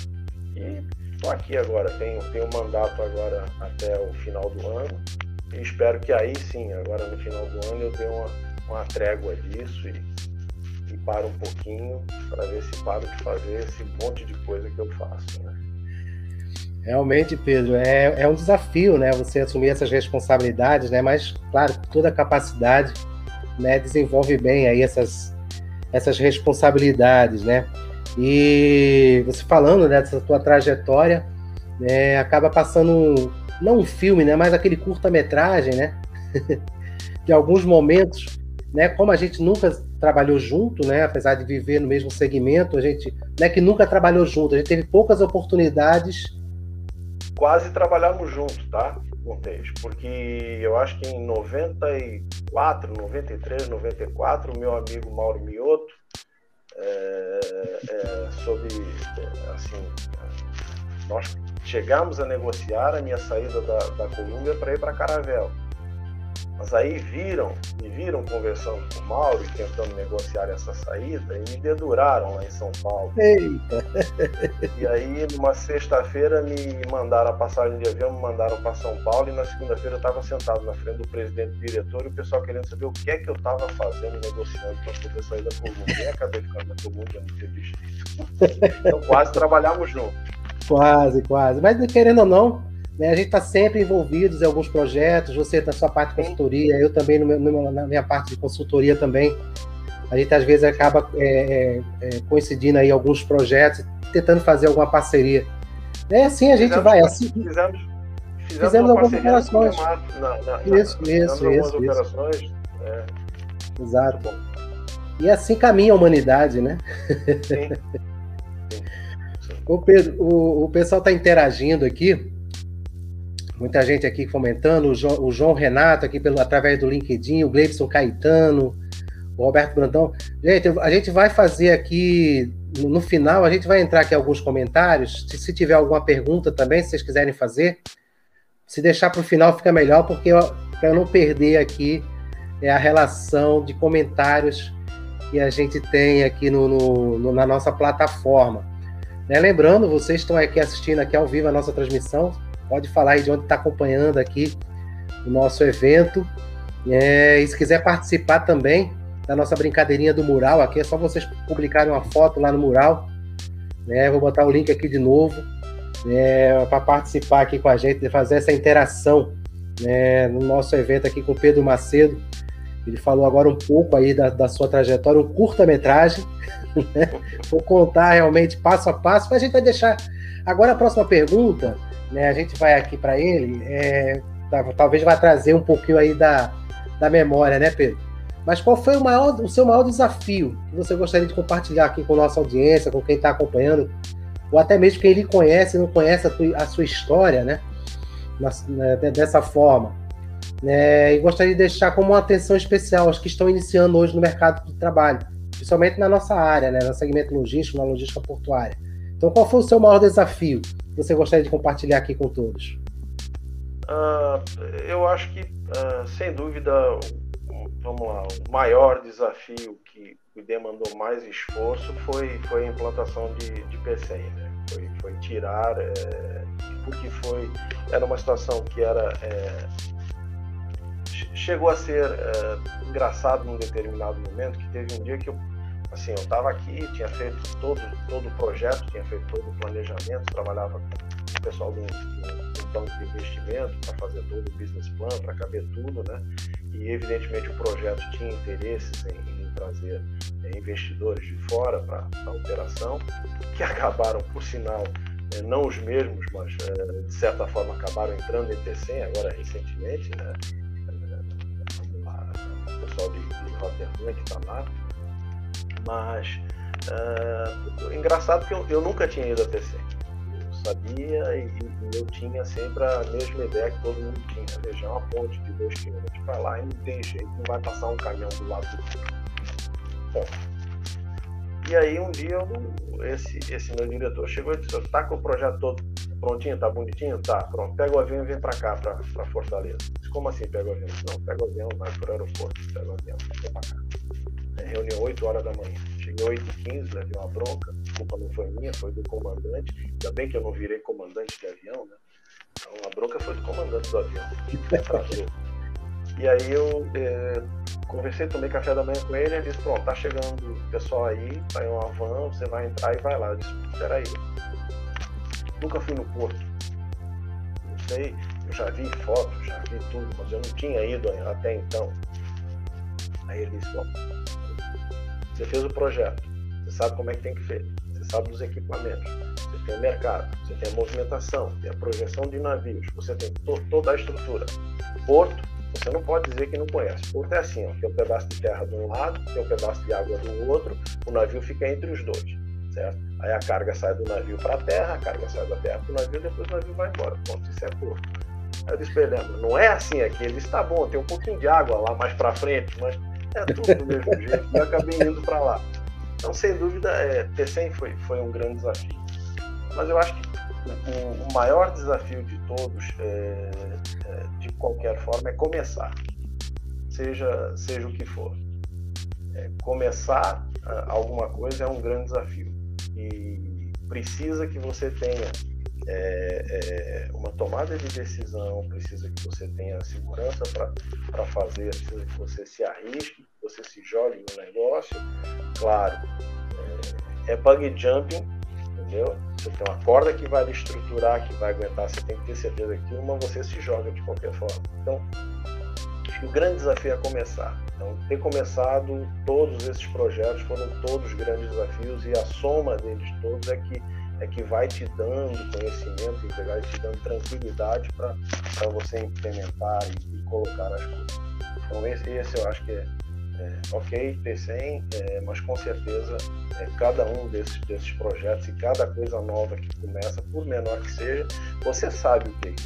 E estou aqui agora, tenho, tenho um mandato agora até o final do ano e espero que aí sim, agora no final do ano eu dê uma, uma trégua disso e, e paro um pouquinho para ver se paro de fazer esse monte de coisa que eu faço, né? Realmente, Pedro, é, é um desafio, né, você assumir essas responsabilidades, né, mas, claro, toda a capacidade, né, desenvolve bem aí essas, essas responsabilidades, né? E você falando, né, dessa tua trajetória, né, acaba passando, não um filme, né, mas aquele curta-metragem, né, de alguns momentos, né, como a gente nunca trabalhou junto, né, apesar de viver no mesmo segmento, a gente, né, que nunca trabalhou junto, a gente teve poucas oportunidades. Quase trabalhamos juntos, tá, Montes? Porque eu acho que em noventa e quatro, noventa e três, noventa e quatro, o meu amigo Mauro Mioto, É, é, sobre, assim, nós chegamos a negociar a minha saída da, da Colômbia para ir para Caravel, mas aí viram, me viram conversando com o Mauro e tentando negociar essa saída e me deduraram lá em São Paulo. Eita. E aí numa sexta-feira me mandaram a passagem de avião, me mandaram para São Paulo, e na segunda-feira eu estava sentado na frente do presidente do diretor e o pessoal querendo saber o que é que eu estava fazendo, negociando para poder sair da Colômbia. E acabei ficando na Colômbia no serviço. Então quase trabalhamos juntos. Quase, quase. Mas querendo ou não, né, a gente está sempre envolvidos em alguns projetos, você na sua parte de consultoria, eu também no meu, no, na minha parte de consultoria também. A gente às vezes acaba é, é, coincidindo aí alguns projetos, tentando fazer alguma parceria. É assim a gente fizemos, vai. Assim, fizemos, fizemos, fizemos algumas operações. Na, na, na, isso, isso, isso. Operações, é, exato. E assim caminha a humanidade, né? Sim. Sim. Ô Pedro, o, o pessoal está interagindo aqui. Muita gente aqui comentando, o João, o João Renato aqui pelo, através do LinkedIn, o Gleibson Caetano, o Roberto Brandão. Gente, a gente vai fazer aqui, no, no final, a gente vai entrar aqui alguns comentários, se, se tiver alguma pergunta também, se vocês quiserem fazer, se deixar para o final fica melhor, porque para eu não perder aqui é a relação de comentários que a gente tem aqui no, no, no, na nossa plataforma. Né? Lembrando, vocês estão aqui assistindo aqui ao vivo a nossa transmissão, pode falar aí de onde está acompanhando aqui o nosso evento. É, e se quiser participar também da nossa brincadeirinha do mural, aqui é só vocês publicarem uma foto lá no mural. Né? Vou botar o link aqui de novo, né, para participar aqui com a gente, fazer essa interação, né, no nosso evento aqui com o Pedro Macedo. Ele falou agora um pouco aí da, da sua trajetória, um curta-metragem. Né? Vou contar realmente passo a passo, mas a gente vai deixar... Agora a próxima pergunta, né, a gente vai aqui para ele, é, talvez vai trazer um pouquinho aí da, da memória, né, Pedro? Mas qual foi o, maior, o seu maior desafio que você gostaria de compartilhar aqui com a nossa audiência, com quem está acompanhando, ou até mesmo quem lhe conhece e não conhece a, tua, a sua história, né, na, na, dessa forma? É, e gostaria de deixar como uma atenção especial aos que estão iniciando hoje no mercado de trabalho, principalmente na nossa área, né, no segmento logístico, na logística portuária. Então, qual foi o seu maior desafio que você gostaria de compartilhar aqui com todos? Uh, eu acho que, uh, sem dúvida, vamos lá, o maior desafio que demandou mais esforço foi, foi a implantação de, de P C M, né? Foi, foi tirar, é, porque foi, era uma situação que era, é, chegou a ser é, engraçado num determinado momento, que teve um dia que eu, assim, eu estava aqui, tinha feito todo, todo o projeto, tinha feito todo o planejamento, trabalhava com o pessoal do, do, do banco de investimento para fazer todo o business plan, para caber tudo, né? E evidentemente o projeto tinha interesses em, em trazer é, investidores de fora para a operação, que acabaram, por sinal, é, não os mesmos, mas é, de certa forma acabaram entrando em T C M agora recentemente, né? O pessoal de, de Rotterdam que está lá. Mas uh, engraçado que eu, eu nunca tinha ido a T C. Eu sabia e, e eu tinha sempre a mesma ideia que todo mundo tinha. Veja, uma ponte de dois quilômetros para lá e não tem jeito, não vai passar um caminhão do lado do outro. Bom, e aí um dia eu, esse, esse meu diretor chegou e disse: tá com o projeto todo prontinho, tá bonitinho? Tá, pronto, pega o avião e vem para cá, para Fortaleza. Disse: como assim pega o avião? Não, pega o avião, vai para o aeroporto, pega o avião, vem para cá. Reunião oito horas da manhã. Cheguei oito e quinze, levei uma bronca. A culpa não foi minha, foi do comandante. Ainda bem que eu não virei comandante de avião, né? Então a bronca foi do comandante do avião. E aí eu é, conversei, tomei café da manhã com ele. Ele disse: pronto, tá chegando o pessoal aí, tá em uma van, você vai entrar e vai lá. Eu disse: peraí, nunca fui no porto. Não sei, eu já vi fotos, já vi tudo, mas eu não tinha ido até então. Aí ele disse: bom, você fez o projeto, você sabe como é que tem que ser, você sabe dos equipamentos, você tem o mercado, você tem a movimentação, tem a projeção de navios, você tem to toda a estrutura. Porto, você não pode dizer que não conhece. Porto é assim, ó, tem um pedaço de terra de um lado, tem um pedaço de água do outro, o navio fica entre os dois, certo? Aí a carga sai do navio para a terra, a carga sai da terra para o navio, depois o navio vai embora. Ponto, isso é porto. Aí eu disse para ele: não é assim aqui. Ele disse: tá bom, tem um pouquinho de água lá mais para frente, mas é tudo do mesmo jeito, e eu acabei indo para lá. Então, sem dúvida, é, T C M foi, foi um grande desafio. Mas eu acho que o, o maior desafio de todos, é, é, de qualquer forma, é começar. Seja, seja o que for. É, começar a, alguma coisa é um grande desafio. E precisa que você tenha É, é, uma tomada de decisão, precisa que você tenha segurança para fazer, precisa que você se arrisque, que você se jogue no negócio. Claro, é, é bug jumping, entendeu? Você tem uma corda que vai lhe estruturar, que vai aguentar, você tem que ter certeza que uma você se joga de qualquer forma. Então, acho que o grande desafio é começar. Então, ter começado todos esses projetos foram todos grandes desafios, e a soma deles todos é que é que vai te dando conhecimento e vai te dando tranquilidade para você implementar e, e colocar as coisas. Então esse, esse eu acho que é, é ok, T C M, é, mas com certeza é, cada um desses, desses projetos e cada coisa nova que começa, por menor que seja, você sabe o que é isso.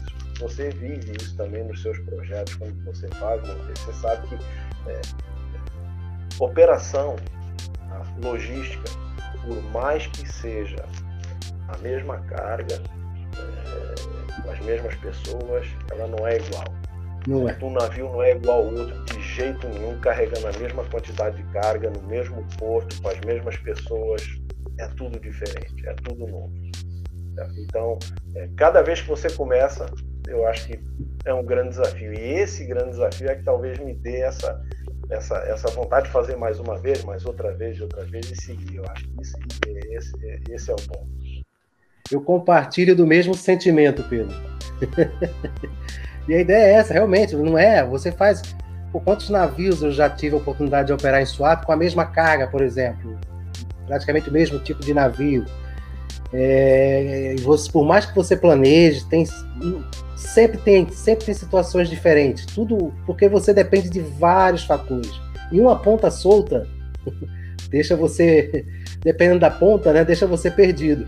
você vive isso também nos seus projetos, quando você faz, Monteiro, você sabe que é, operação, a logística, por mais que seja a mesma carga, é, as mesmas pessoas, ela não é igual. Não é. Um navio não é igual ao outro de jeito nenhum, carregando a mesma quantidade de carga no mesmo porto, com as mesmas pessoas. É tudo diferente, é tudo novo. Então, é, cada vez que você começa, eu acho que é um grande desafio. E esse grande desafio é que talvez me dê essa, essa, essa vontade de fazer mais uma vez, mais outra vez, outra vez e seguir. Eu acho que isso, esse, esse é o ponto. Eu compartilho do mesmo sentimento, Pedro. E a ideia é essa, realmente, não é? Você faz... Por quantos navios eu já tive a oportunidade de operar em SWAP com a mesma carga, por exemplo? Praticamente o mesmo tipo de navio. É, você, por mais que você planeje, tem, sempre, tem, sempre tem situações diferentes. Tudo porque você depende de vários fatores. E uma ponta solta deixa você, dependendo da ponta, né, deixa você perdido.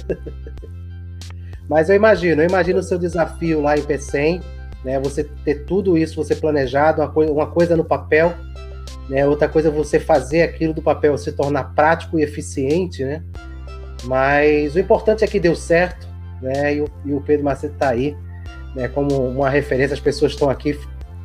Mas eu imagino, eu imagino o seu desafio lá em Pecém, né, você ter tudo isso, você planejado, uma coisa, uma coisa no papel, né, outra coisa é você fazer aquilo do papel se tornar prático e eficiente, né? Mas o importante é que deu certo, né? E o, e o Pedro Macedo está aí, né, como uma referência, as pessoas estão aqui.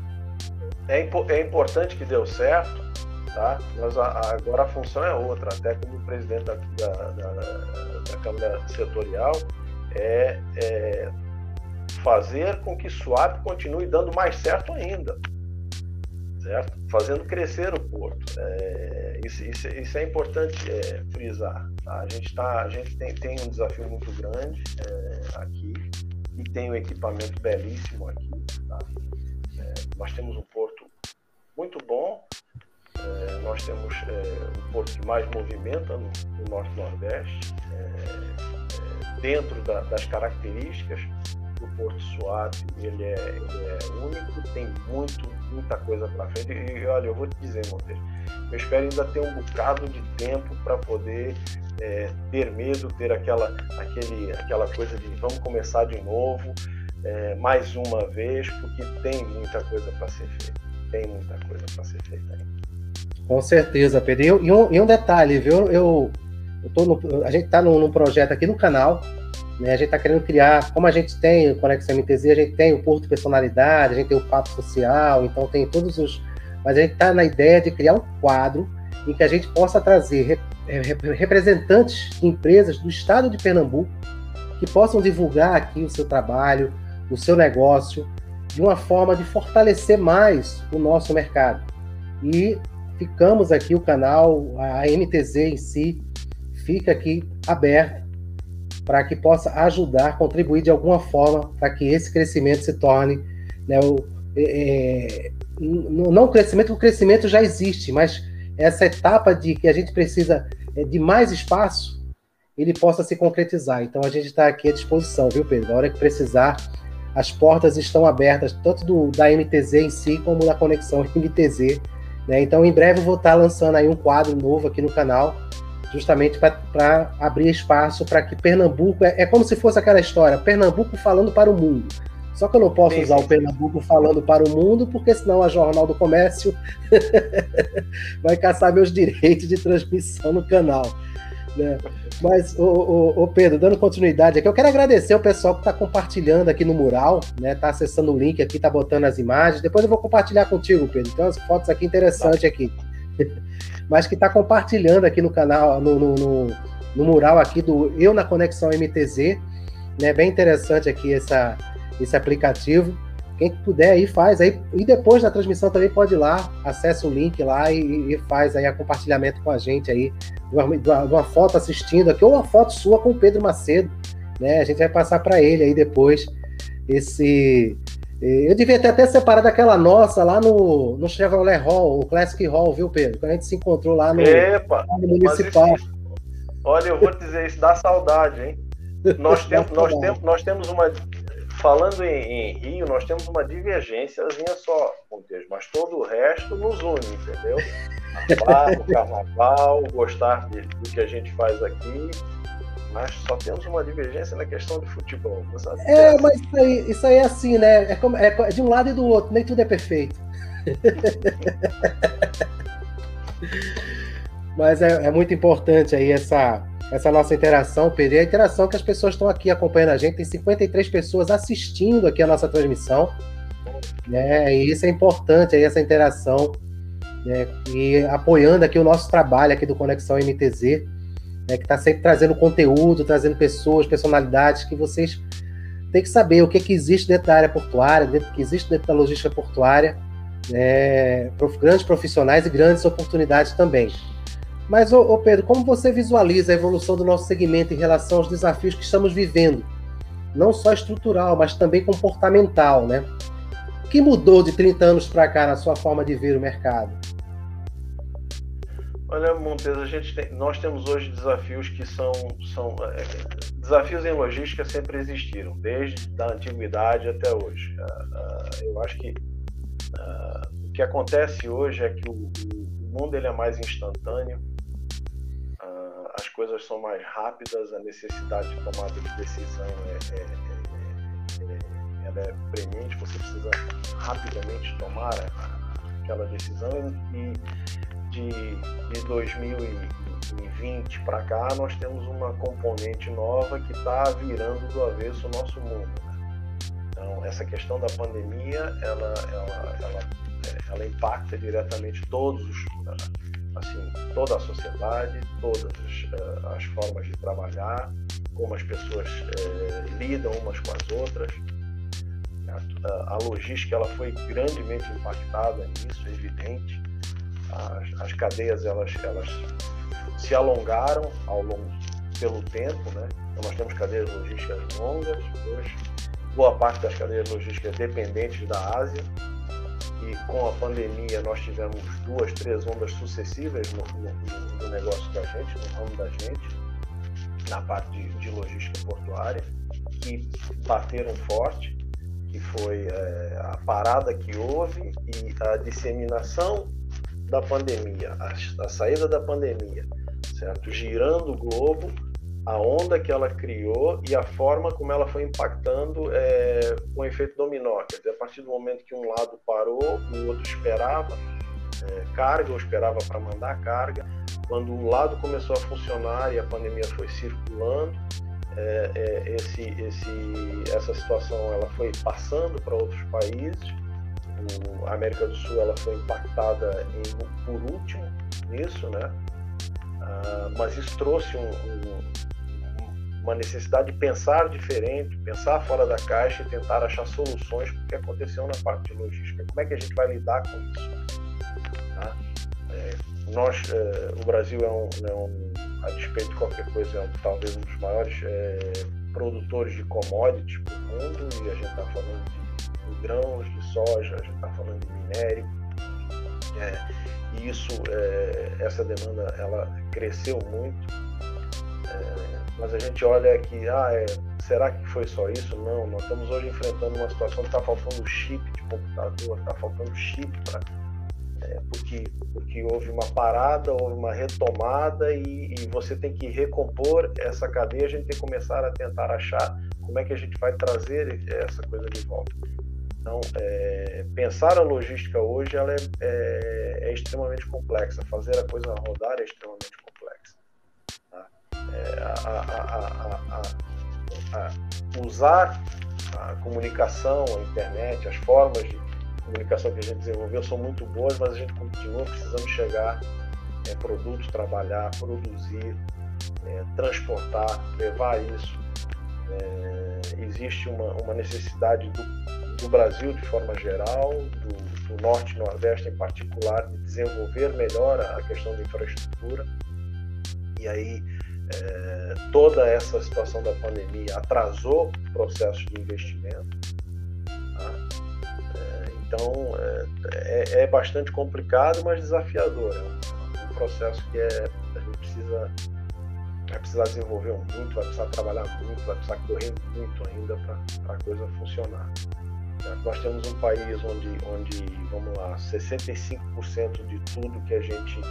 É, impo é importante que deu certo, tá? Mas a, agora a função é outra, até como presidente da, da, da, da Câmara Setorial, é, é fazer com que SWAP continue dando mais certo ainda, certo? Fazendo crescer o porto. É, isso, isso, isso é importante é, frisar. Tá? A gente, tá, a gente tem, tem um desafio muito grande é, aqui e tem um equipamento belíssimo aqui. Tá? É, nós temos um porto muito bom, é, nós temos é, um porto que mais movimenta no, no Norte-Nordeste, é, é, dentro da, das características do Porto SWAP, ele é, ele é único, tem muito, muita coisa para frente. E olha, eu vou te dizer, Monteiro, eu espero ainda ter um bocado de tempo para poder é, ter medo, ter aquela, aquele, aquela coisa de vamos começar de novo, é, mais uma vez, porque tem muita coisa para ser feita. Tem muita coisa para ser feita ainda. Com certeza, Pedro. E, e, um, e um detalhe, viu? Eu, eu tô no, a gente está num, num projeto aqui no canal. Né, a gente está querendo criar, como a gente tem o Conexão M T Z, a gente tem o Porto Personalidade, a gente tem o Papo Social, então tem todos os... Mas a gente está na ideia de criar um quadro em que a gente possa trazer rep representantes de empresas do estado de Pernambuco que possam divulgar aqui o seu trabalho, o seu negócio, de uma forma de fortalecer mais o nosso mercado. E ficamos aqui, o canal, a M T Z em si, fica aqui aberto para que possa ajudar, contribuir de alguma forma para que esse crescimento se torne, né, o, é, não o crescimento, o crescimento já existe, mas essa etapa de que a gente precisa de mais espaço, ele possa se concretizar. Então a gente está aqui à disposição, viu, Pedro? Na hora que precisar, as portas estão abertas, tanto do, da M T Z em si, como da Conexão M T Z, né? Então em breve eu vou estar lançando aí um quadro novo aqui no canal, justamente para abrir espaço para que Pernambuco... É, é como se fosse aquela história, Pernambuco falando para o mundo. Só que eu não posso sim, usar sim, o Pernambuco sim. falando para o mundo, porque senão a Jornal do Comércio vai caçar meus direitos de transmissão no canal. Né? Mas, ô, ô, ô Pedro, dando continuidade aqui, eu quero agradecer o pessoal que está compartilhando aqui no mural, né? Tá acessando o link aqui, tá botando as imagens. Depois eu vou compartilhar contigo, Pedro. Tem umas fotos aqui interessantes aqui. Mas que está compartilhando aqui no canal, no, no, no, no mural aqui do Eu na Conexão M T Z, né? Bem interessante aqui essa, esse aplicativo. Quem puder aí faz aí, e depois da transmissão também pode ir lá, acessa o link lá e, e faz aí a compartilhamento com a gente aí, de uma, de uma foto assistindo aqui, ou uma foto sua com o Pedro Macedo, né? A gente vai passar para ele aí depois esse... Eu devia ter até separado aquela nossa lá no, no Chevrolet Hall, o Classic Hall, viu, Pedro? Quando a gente se encontrou lá no, Epa, no Municipal. Isso, olha, eu vou te dizer, isso dá saudade, hein? Nós, tem, nós, tem, nós temos uma... Falando em, em Rio, nós temos uma divergênciazinha só, mas todo o resto nos une, entendeu? A barra, o carnaval, gostar de, do que a gente faz aqui. mas só temos uma divergência na questão de futebol. Mas é, mas isso aí, isso aí é assim, né? É, como, é de um lado e do outro, nem tudo é perfeito. Mas é, é muito importante aí essa, essa nossa interação, Pedro, e a interação que as pessoas estão aqui acompanhando a gente. Tem cinquenta e três pessoas assistindo aqui a nossa transmissão, né? E isso é importante, aí, essa interação, né? E apoiando aqui o nosso trabalho aqui do Conexão M T Z, né? Que está sempre trazendo conteúdo, trazendo pessoas, personalidades que vocês têm que saber o que, que existe dentro da área portuária, dentro, o que existe dentro da logística portuária, né? Grandes profissionais e grandes oportunidades também. Mas, ô, ô Pedro, como você visualiza a evolução do nosso segmento em relação aos desafios que estamos vivendo? Não só estrutural, mas também comportamental, né? O que mudou de trinta anos para cá na sua forma de ver o mercado? Olha, Montes, a gente tem, nós temos hoje desafios que são, são é, desafios em logística sempre existiram, desde a antiguidade até hoje. Uh, uh, eu acho que uh, o que acontece hoje é que o, o mundo ele é mais instantâneo. As coisas são mais rápidas, a necessidade de tomada de decisão é, é, é, é, ela é premente, você precisa rapidamente tomar aquela decisão e de, de dois mil e vinte para cá nós temos uma componente nova que está virando do avesso o nosso mundo. Então essa questão da pandemia ela, ela, ela, ela impacta diretamente todos os assim, toda a sociedade, todas as, as formas de trabalhar, como as pessoas eh, lidam umas com as outras. A, a logística ela foi grandemente impactada nisso, é evidente. As, as cadeias elas, elas se alongaram ao longo, pelo tempo, né? Então nós temos cadeias logísticas longas, hoje boa parte das cadeias logísticas dependentes da Ásia. E com a pandemia nós tivemos duas, três ondas sucessivas no, no, no negócio da gente, no ramo da gente, na parte de, de logística portuária, que bateram forte, que foi é, a parada que houve e a disseminação da pandemia, a, a saída da pandemia, certo? Girando o globo, a onda que ela criou e a forma como ela foi impactando é, com efeito dominó. Quer dizer, a partir do momento que um lado parou, o outro esperava é, carga ou esperava para mandar carga. Quando um lado começou a funcionar e a pandemia foi circulando, é, é, esse, esse, essa situação ela foi passando para outros países. O, a América do Sul ela foi impactada em, por último nisso, né? Ah, mas isso trouxe um, um uma necessidade de pensar diferente, pensar fora da caixa e tentar achar soluções para o que aconteceu na parte de logística. Como é que a gente vai lidar com isso? Tá? É, nós, é, o Brasil é um, é um, a despeito de qualquer coisa, é um, talvez um dos maiores é, produtores de commodities do mundo, e a gente está falando de, de grãos, de soja, a gente está falando de minério. É, e isso, é, essa demanda, ela cresceu muito. É, mas a gente olha que, ah, é, será que foi só isso? Não, nós estamos hoje enfrentando uma situação que está faltando chip de computador, está faltando chip para é, porque, porque houve uma parada, houve uma retomada e, e você tem que recompor essa cadeia, a gente tem que começar a tentar achar como é que a gente vai trazer essa coisa de volta. Então, é, pensar a logística hoje ela é, é, é extremamente complexa, fazer a coisa rodar é extremamente complexa. Tá? É, a, a, a, a, a usar a comunicação, a internet, as formas de comunicação que a gente desenvolveu são muito boas, mas a gente continua precisando chegar é, produtos, trabalhar, produzir, é, transportar, levar isso. É, existe uma, uma necessidade do, do Brasil de forma geral, do, do Norte e Nordeste em particular, de desenvolver melhor a questão da infraestrutura. E aí é, toda essa situação da pandemia atrasou processos de investimento. Tá? É, então é, é bastante complicado, mas desafiador. É um, um processo que é, a gente precisa vai precisar desenvolver muito, vai precisar trabalhar muito, vai precisar correr muito ainda para a coisa funcionar. Nós temos um país onde, onde, vamos lá, sessenta e cinco por cento de tudo que a gente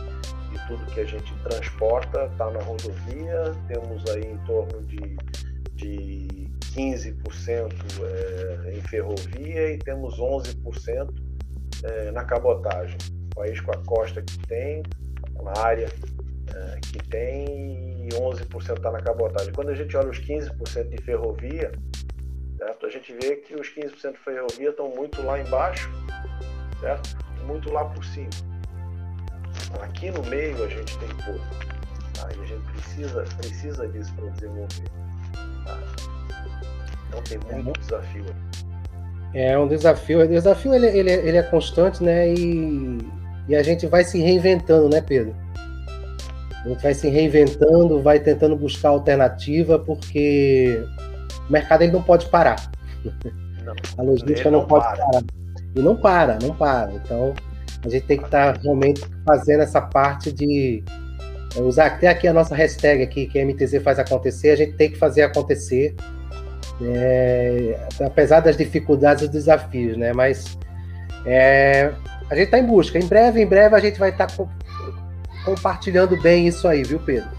de tudo que a gente transporta está na rodovia. Temos aí em torno de, de quinze por cento é, em ferrovia e temos onze por cento é, na cabotagem. O país com a costa que tem, uma área é, que tem, e onze por cento está na cabotagem. Quando a gente olha os quinze por cento de ferrovia, certo? A gente vê que os quinze por cento de ferrovia estão muito lá embaixo, certo? Muito lá por cima. Aqui no meio a gente tem pouco, tá? E a gente precisa, precisa disso para desenvolver. Tá? Então tem muito desafio. É um desafio. O desafio ele, ele, ele é constante, né? E, e a gente vai se reinventando, né, Pedro? A gente vai se reinventando, vai tentando buscar alternativa, porque o mercado ele não pode parar. Não, a logística não, não pode para. parar. E não para, não para. Então, a gente tem que estar tá realmente fazendo essa parte de usar até aqui a nossa hashtag aqui, que a M T Z faz acontecer. A gente tem que fazer acontecer, é, apesar das dificuldades e dos desafios, né? Mas é, a gente está em busca. Em breve, em breve a gente vai estar tá co compartilhando bem isso aí, viu, Pedro?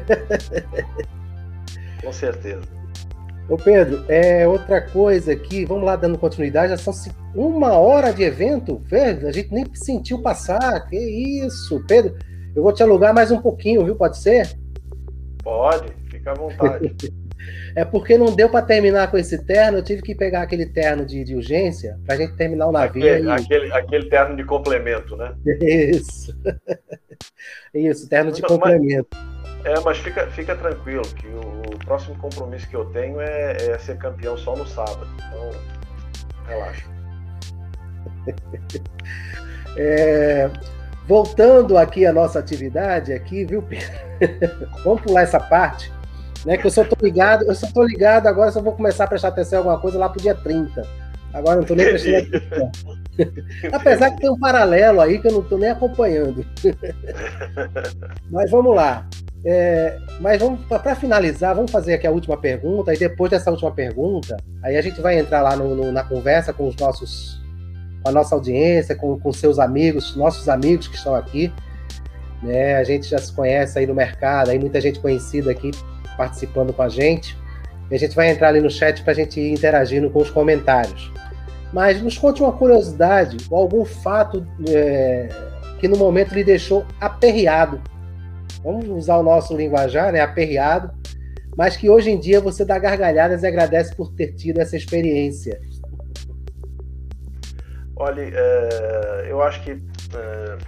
Com certeza. Ô Pedro, é, outra coisa aqui, vamos lá dando continuidade, já são uma hora de evento, Pedro, a gente nem sentiu passar, que isso, Pedro, eu vou te alugar mais um pouquinho, viu, pode ser? Pode, fica à vontade. É porque não deu para terminar com esse terno, eu tive que pegar aquele terno de, de urgência para a gente terminar o navio. Aquele, e... aquele, aquele terno de complemento, né? Isso, isso, terno de mas, complemento. É, mas fica, fica tranquilo, que o, o próximo compromisso que eu tenho é, é ser campeão só no sábado. Então, relaxa. É, voltando aqui à nossa atividade, aqui, viu, Pedro? Vamos pular essa parte, né? Que eu só tô ligado, eu só tô ligado agora, só vou começar a prestar atenção em alguma coisa lá pro dia trinta. Agora não tô nem prestando atenção. Apesar que tem um paralelo aí que eu não tô nem acompanhando. Mas vamos lá. É, mas vamos para finalizar, vamos fazer aqui a última pergunta, e depois dessa última pergunta, aí a gente vai entrar lá no, no, na conversa com os nossos, com a nossa audiência, com, com seus amigos, nossos amigos que estão aqui, né? A gente já se conhece aí no mercado, aí muita gente conhecida aqui participando com a gente, e a gente vai entrar ali no chat para a gente ir interagindo com os comentários. Mas nos conte uma curiosidade, ou algum fato é, que no momento lhe deixou aperreado. Vamos usar o nosso linguajar, né, aperreado, mas que hoje em dia você dá gargalhadas e agradece por ter tido essa experiência. Olha, é, eu acho que é,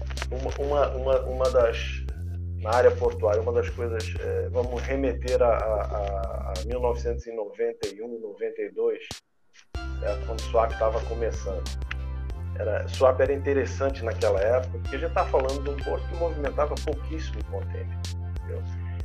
uma, uma, uma das, na área portuária, uma das coisas, é, vamos remeter a, a, a mil novecentos e noventa e um, noventa e dois, é, quando o swap estava começando. Era, swap era interessante naquela época, porque a gente está falando de um porto que movimentava pouquíssimo container. Entendeu?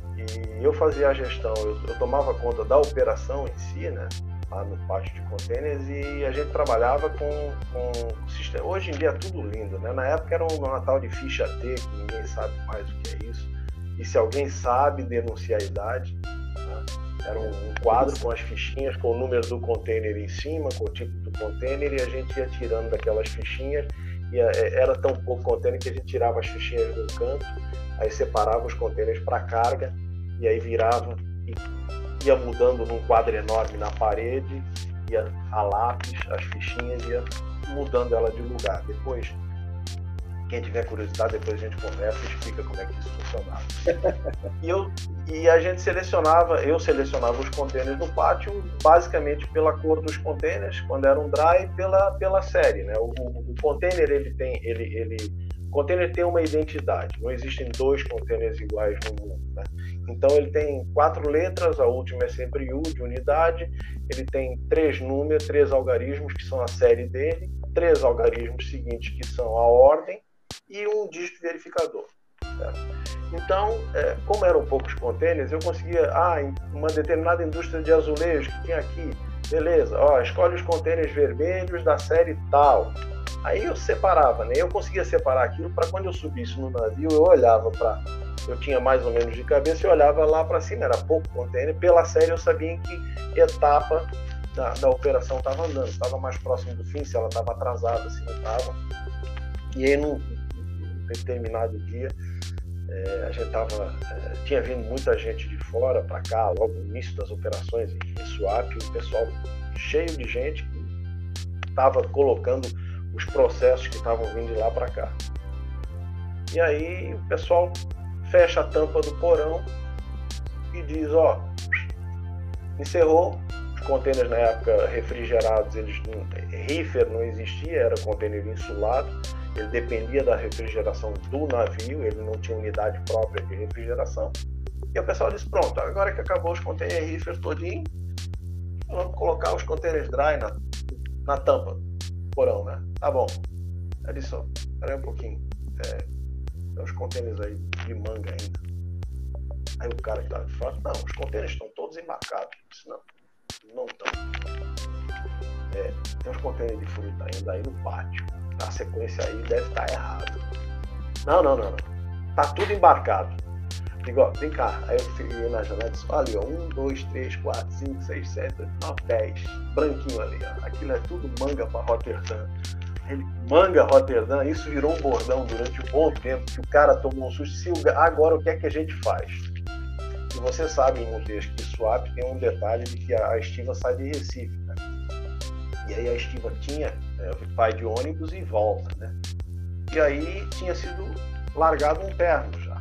E eu fazia a gestão, eu, eu tomava conta da operação em si, né, lá no pátio de containers, e a gente trabalhava com, com sistema. Hoje em dia é tudo lindo, né? Na época era uma tal de ficha T, que ninguém sabe mais o que é isso. E se alguém sabe, denuncia a idade. Né? Era um, um quadro com as fichinhas, com o número do container em cima, com o tipo do container, e a gente ia tirando daquelas fichinhas, e era tão pouco container que a gente tirava as fichinhas do canto, aí separava os containers para carga, e aí virava, e ia mudando num quadro enorme na parede, ia a lápis, as fichinhas, ia mudando ela de lugar. Depois, quem tiver curiosidade, depois a gente conversa e explica como é que isso funcionava. E, eu, e a gente selecionava, eu selecionava os containers no pátio, basicamente pela cor dos containers, quando eram dry, pela, pela série, né? O, o, o container, ele tem, ele, ele, o container tem uma identidade, não existem dois containers iguais no mundo, né? Então ele tem quatro letras, a última é sempre U, de unidade, ele tem três números, três algarismos, que são a série dele, três algarismos seguintes, que são a ordem, e um dígito verificador. Certo? Então, é, como eram poucos containers, eu conseguia, ah, uma determinada indústria de azulejo que tem aqui, beleza, ó, escolhe os containers vermelhos da série tal. Aí eu separava, né? Eu conseguia separar aquilo para quando eu subisse no navio, eu olhava para, eu tinha mais ou menos de cabeça, eu olhava lá para cima, era pouco container, pela série eu sabia em que etapa da, da operação estava andando, estava mais próximo do fim, se ela estava atrasada, se não estava. E aí, num determinado dia, É, a gente tava, é, tinha vindo muita gente de fora para cá, logo no início das operações em Suape, o pessoal cheio de gente que estava colocando os processos que estavam vindo de lá para cá. E aí o pessoal fecha a tampa do porão e diz, ó, encerrou. Os contêineres na época refrigerados, eles não, reefer não existia, era contêiner insulado, ele dependia da refrigeração do navio, ele não tinha unidade própria de refrigeração. E o pessoal disse, pronto, agora que acabou os contêineres reefer todinho, vamos colocar os contêineres dry na, na tampa do porão, né? Tá bom. Aí disse, ó, peraí um pouquinho, é, tem uns contêineres aí de manga ainda. Aí o cara que estava de fora, não, os contêineres estão todos embarcados. Eu disse, não, não estão. É, tem uns contêineres de fruta ainda aí no pátio. A sequência aí deve estar errada. Não, não, não, não. Tá tudo embarcado. Digo, ó, vem cá. Aí eu fiquei na janela e disse, olha, ó, um, dois, três, quatro, cinco, seis, sete, oito, nove, dez. Branquinho ali, ó. Aquilo é tudo manga para Roterdã. Ele, manga Roterdã, isso virou um bordão durante um bom tempo, que o cara tomou um susto. Se o, agora o que é que a gente faz? E você sabe, Montes, que Suape tem um detalhe de que a, a estiva sai de Recife, né? E aí a estiva tinha, é, vai de ônibus e volta, né? E aí tinha sido largado um terno já.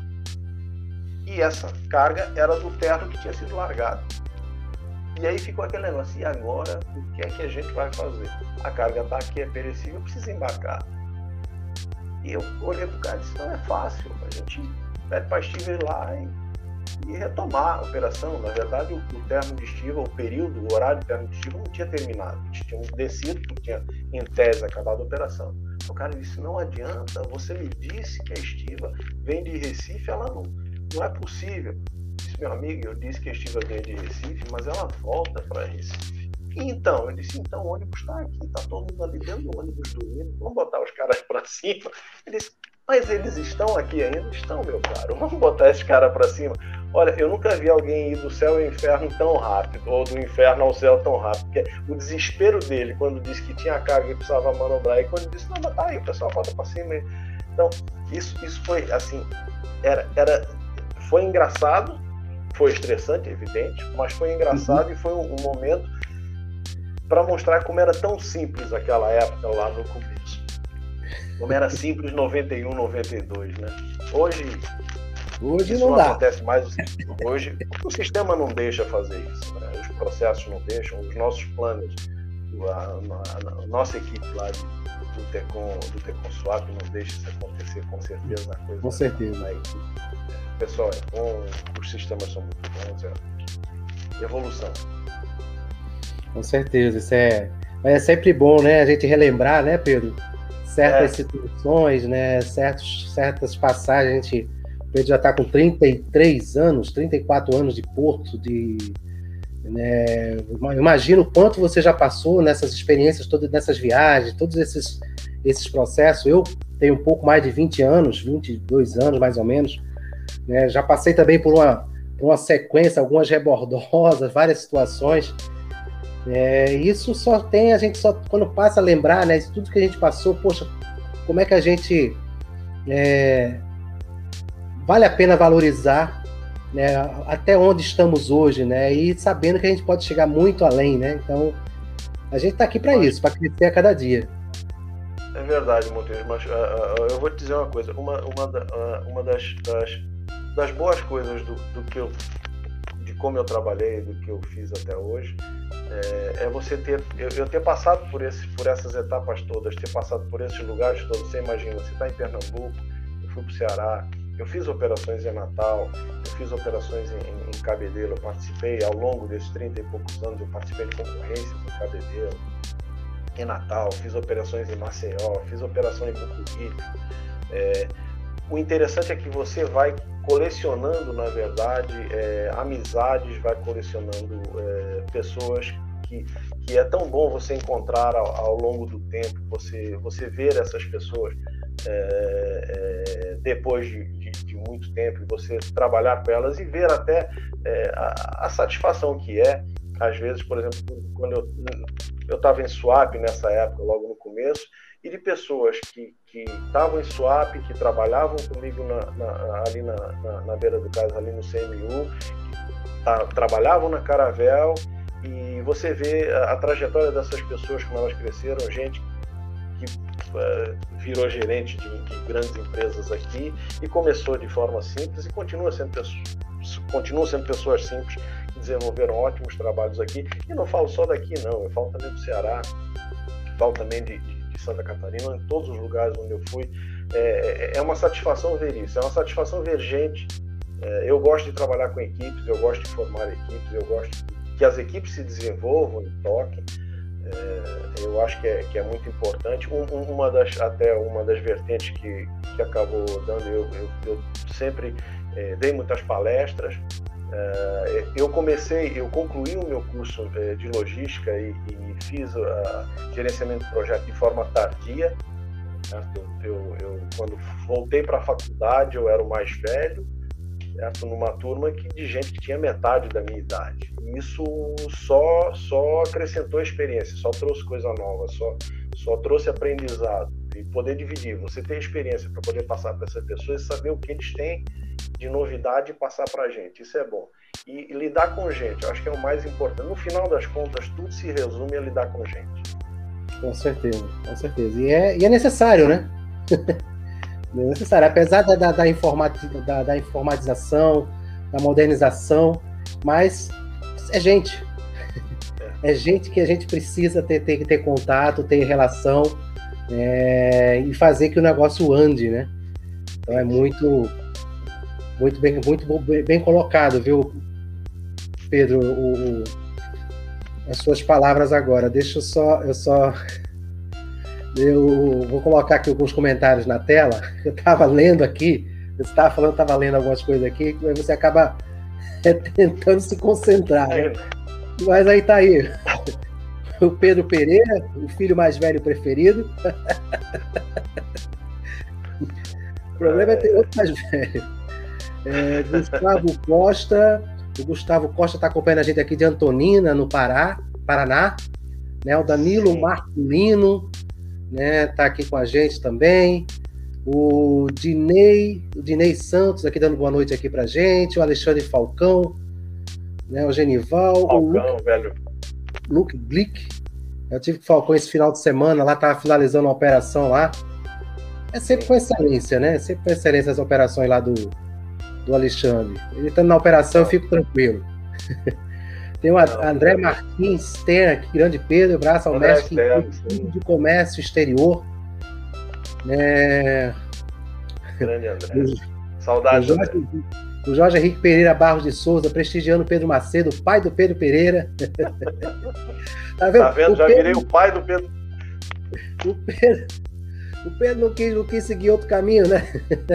E essa carga era do terno que tinha sido largado. E aí ficou aquele negócio, e agora o que é que a gente vai fazer? A carga está aqui, é perecível, precisa embarcar. E eu olhei pro cara e disse, não é fácil, a gente pede para a estiva ir lá e, e retomar a operação. Na verdade, o, o termo de estiva, o período, o horário do termo de estiva não tinha terminado. A gente tinha descido, porque tinha, em tese, acabado a operação. O cara disse, não adianta, você me disse que a estiva vem de Recife, ela não, não é possível. Disse, meu amigo, eu disse que a estiva vem de Recife, mas ela volta para Recife. E então, eu disse, então o ônibus está aqui, está todo mundo ali dentro do ônibus dormindo, vamos botar os caras para cima. Ele disse, mas eles estão aqui ainda? Estão, meu caro, vamos botar esses caras para cima. Olha, eu nunca vi alguém ir do céu ao inferno tão rápido, ou do inferno ao céu tão rápido, porque o desespero dele, quando disse que tinha carga e precisava manobrar, e quando disse, não, mas tá aí, o pessoal bota para cima. Então, isso, isso foi, assim, era, era, foi engraçado, foi estressante, evidente, mas foi engraçado uhum. E foi um, um momento para mostrar como era tão simples aquela época lá no começo. Como era simples noventa e um, noventa e dois, né? Hoje, hoje isso não, não dá. acontece mais. Hoje, o sistema não deixa fazer isso, né? Os processos não deixam, os nossos planos, a, a, a nossa equipe lá de, do Tecom, do Tecom Suape não deixa isso acontecer, com certeza. A coisa com certeza. Vai, o pessoal é bom, os sistemas são muito bons, é evolução. Com certeza, isso é, mas é sempre bom, né, a gente relembrar, né, Pedro, certas é. situações, né, certos, certas passagens. A gente, o Pedro já está com trinta e três anos, trinta e quatro anos de porto, de, né, imagino o quanto você já passou nessas experiências, todas nessas viagens, todos esses, esses processos. Eu tenho um pouco mais de vinte anos, vinte e dois anos mais ou menos, né, já passei também por uma, por uma sequência, algumas rebordosas, várias situações. É, isso só tem, a gente só, quando passa a lembrar, né, isso tudo que a gente passou, poxa, como é que a gente é, vale a pena valorizar, né, até onde estamos hoje, né, e sabendo que a gente pode chegar muito além, né, então a gente está aqui para isso, para crescer a cada dia. É verdade, Monteiro, mas uh, uh, eu vou te dizer uma coisa, uma, uma, uh, uma das, das, das boas coisas do, do que eu, de como eu trabalhei, do que eu fiz até hoje, É, é você ter, eu, eu ter passado por, esse, por essas etapas todas, ter passado por esses lugares todos. Você imagina, você está em Pernambuco, eu fui para o Ceará, eu fiz operações em Natal, eu fiz operações em, em Cabedelo, eu participei ao longo desses trinta e poucos anos, eu participei de concorrências em Cabedelo, em Natal, fiz operações em Maceió, fiz operações em Mucuripe. É, o interessante é que você vai colecionando, na verdade, é, amizades, vai colecionando é, pessoas que, que é tão bom você encontrar ao, ao longo do tempo, você, você ver essas pessoas é, é, depois de, de, de muito tempo, e você trabalhar com elas e ver até é, a, a satisfação que é. Às vezes, por exemplo, quando eu eu estava em Suape nessa época, logo no começo, e de pessoas que que estavam em swap, que trabalhavam comigo na, na, ali na, na, na beira do cais, ali no C M U, que tá, trabalhavam na Caravel, e você vê a, a trajetória dessas pessoas, como elas cresceram, gente que uh, virou gerente de, de grandes empresas aqui e começou de forma simples e continua sendo pessoas, continuam sendo pessoas simples que desenvolveram ótimos trabalhos aqui. E não falo só daqui, não, eu falo também do Ceará, falo também de, de, de Santa Catarina, em todos os lugares onde eu fui. É, é uma satisfação ver isso, é uma satisfação ver gente. É, eu gosto de trabalhar com equipes, eu gosto de formar equipes, eu gosto que as equipes se desenvolvam e toquem. É, eu acho que é, que é muito importante. Um, uma das, até uma das vertentes que, que acabou dando, eu, eu, eu sempre é, dei muitas palestras. É, eu comecei, eu concluí o meu curso é, de logística e, e fiz o gerenciamento de projeto de forma tardia. Eu, eu, eu, quando voltei para a faculdade, eu era o mais velho, certo? Numa turma que, de gente que tinha metade da minha idade. E isso só, só acrescentou experiência, só trouxe coisa nova, só, só trouxe aprendizado. E poder dividir, você ter experiência para poder passar para essas pessoas e saber o que eles têm de novidade e passar para a gente. Isso é bom. E, e lidar com gente, eu acho que é o mais importante. No final das contas, tudo se resume a lidar com gente. Com certeza, com certeza. E é, e é necessário, né? É necessário. Apesar da, da, da, informati, da, da informatização, da modernização, mas é gente. É gente que a gente precisa ter, ter, ter contato, ter relação, é, e fazer que o negócio ande, né? Então é muito, muito, bem, muito bem colocado, viu, Pedro? O, o, as suas palavras agora. Deixa eu só... Eu só Eu vou colocar aqui alguns comentários na tela. Eu estava lendo aqui, você estava falando, estava lendo algumas coisas aqui, aí você acaba tentando se concentrar, né? Mas aí tá aí. O Pedro Pereira, o filho mais velho preferido. O problema é ter outro mais velho. É, Gustavo Costa. O Gustavo Costa está acompanhando a gente aqui de Antonina, no Pará, Paraná. Né? O Danilo Marculino, né, tá aqui com a gente também. O Dinei, o Dinei Santos aqui dando boa noite aqui pra gente. O Alexandre Falcão, né, o Genival, Falcão, o Luke, velho. Luke Glick. Eu tive com o Falcão esse final de semana, lá tava finalizando a operação lá. É sempre com excelência, né? Sempre com excelência as operações lá do, do Alexandre. Ele estando na operação, eu fico tranquilo. Tem o André Martins Stern, grande Pedro, abraço ao André mestre Stern, de comércio exterior. É... Grande André. Saudades. O Jorge, o Jorge Henrique Pereira Barros de Souza, prestigiando o Pedro Macedo, pai do Pedro Pereira. Tá vendo? Tá vendo? O Já Pedro, virei o pai do Pedro. O Pedro, o Pedro não, quis, não quis seguir outro caminho, né?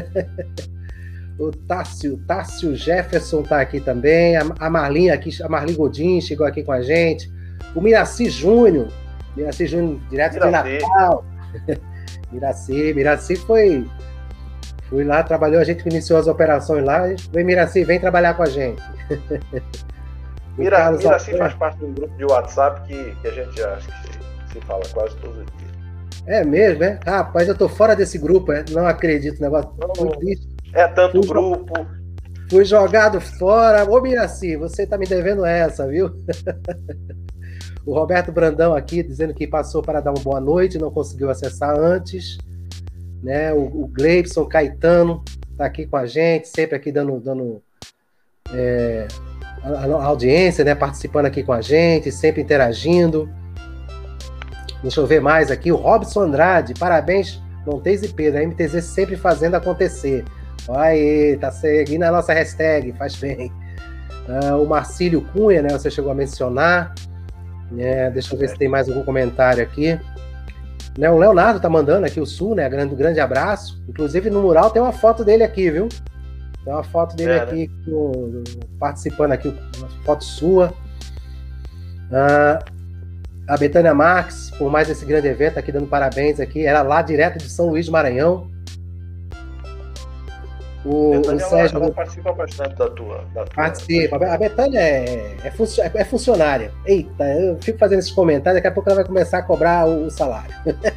O Tássio, Tássio Jefferson tá aqui também, a Marlinha aqui, a Marli Godin chegou aqui com a gente, o Miraci Júnior, Miraci Júnior direto Miraci. de Natal. Miraci, Miraci foi, foi lá, trabalhou, a gente iniciou as operações lá, vem Miraci, vem trabalhar com a gente. Mira, Miraci faz parte de um grupo de WhatsApp que, que a gente acha que se, se fala quase todos os dias. É mesmo, é? Rapaz, eu tô fora desse grupo, é? Não acredito, negócio não, muito triste. É tanto fui grupo. Fui jogado fora. Ô, Miraci, você tá me devendo essa, viu? O Roberto Brandão aqui, dizendo que passou para dar uma boa noite, não conseguiu acessar antes. Né? O, o Gleibson Caetano tá aqui com a gente, sempre aqui dando, dando é, a, a audiência, né? Participando aqui com a gente, sempre interagindo. Deixa eu ver mais aqui. O Robson Andrade, parabéns, Montes e Pedro, a M T Z sempre fazendo acontecer. Aí, tá seguindo a nossa hashtag, faz bem. Uh, o Marcílio Cunha, né? Você chegou a mencionar. É, deixa eu ver se tem mais algum comentário aqui. Né, o Leonardo tá mandando aqui o Sul, né? Grande, grande abraço. Inclusive no mural tem uma foto dele aqui, viu? Tem uma foto dele é, aqui, né? com, participando aqui, uma foto sua. Uh, a Betânia Marques, por mais esse grande evento, tá aqui dando parabéns aqui. Era lá direto de São Luís do Maranhão. O, Betânia, o Sérgio ela, ela participa bastante da tua. Da tua participa. A Betânia é, é, funcio, é funcionária. Eita, eu fico fazendo esses comentários, daqui a pouco ela vai começar a cobrar o, o salário.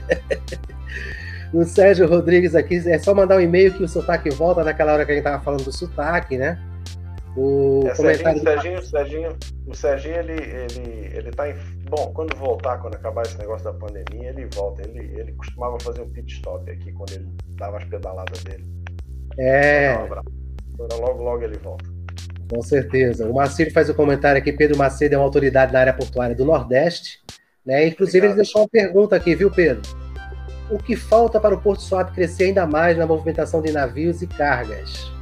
O Sérgio Rodrigues aqui, é só mandar um e-mail que o sotaque volta naquela hora que a gente estava falando do sotaque, né? O é, comentário Serginho, do... Serginho, o Serginho, ele, ele, ele tá em... Bom, quando voltar, quando acabar esse negócio da pandemia, ele volta. Ele, ele costumava fazer um pit stop aqui, quando ele dava as pedaladas dele. É. Então, logo, logo ele volta. Com certeza. O Marcelo faz o um comentário aqui, Pedro Macedo é uma autoridade na área portuária do Nordeste, né? Inclusive, Obrigado. Ele deixou uma pergunta aqui, viu, Pedro? O que falta para o Porto Suape crescer ainda mais na movimentação de navios e cargas?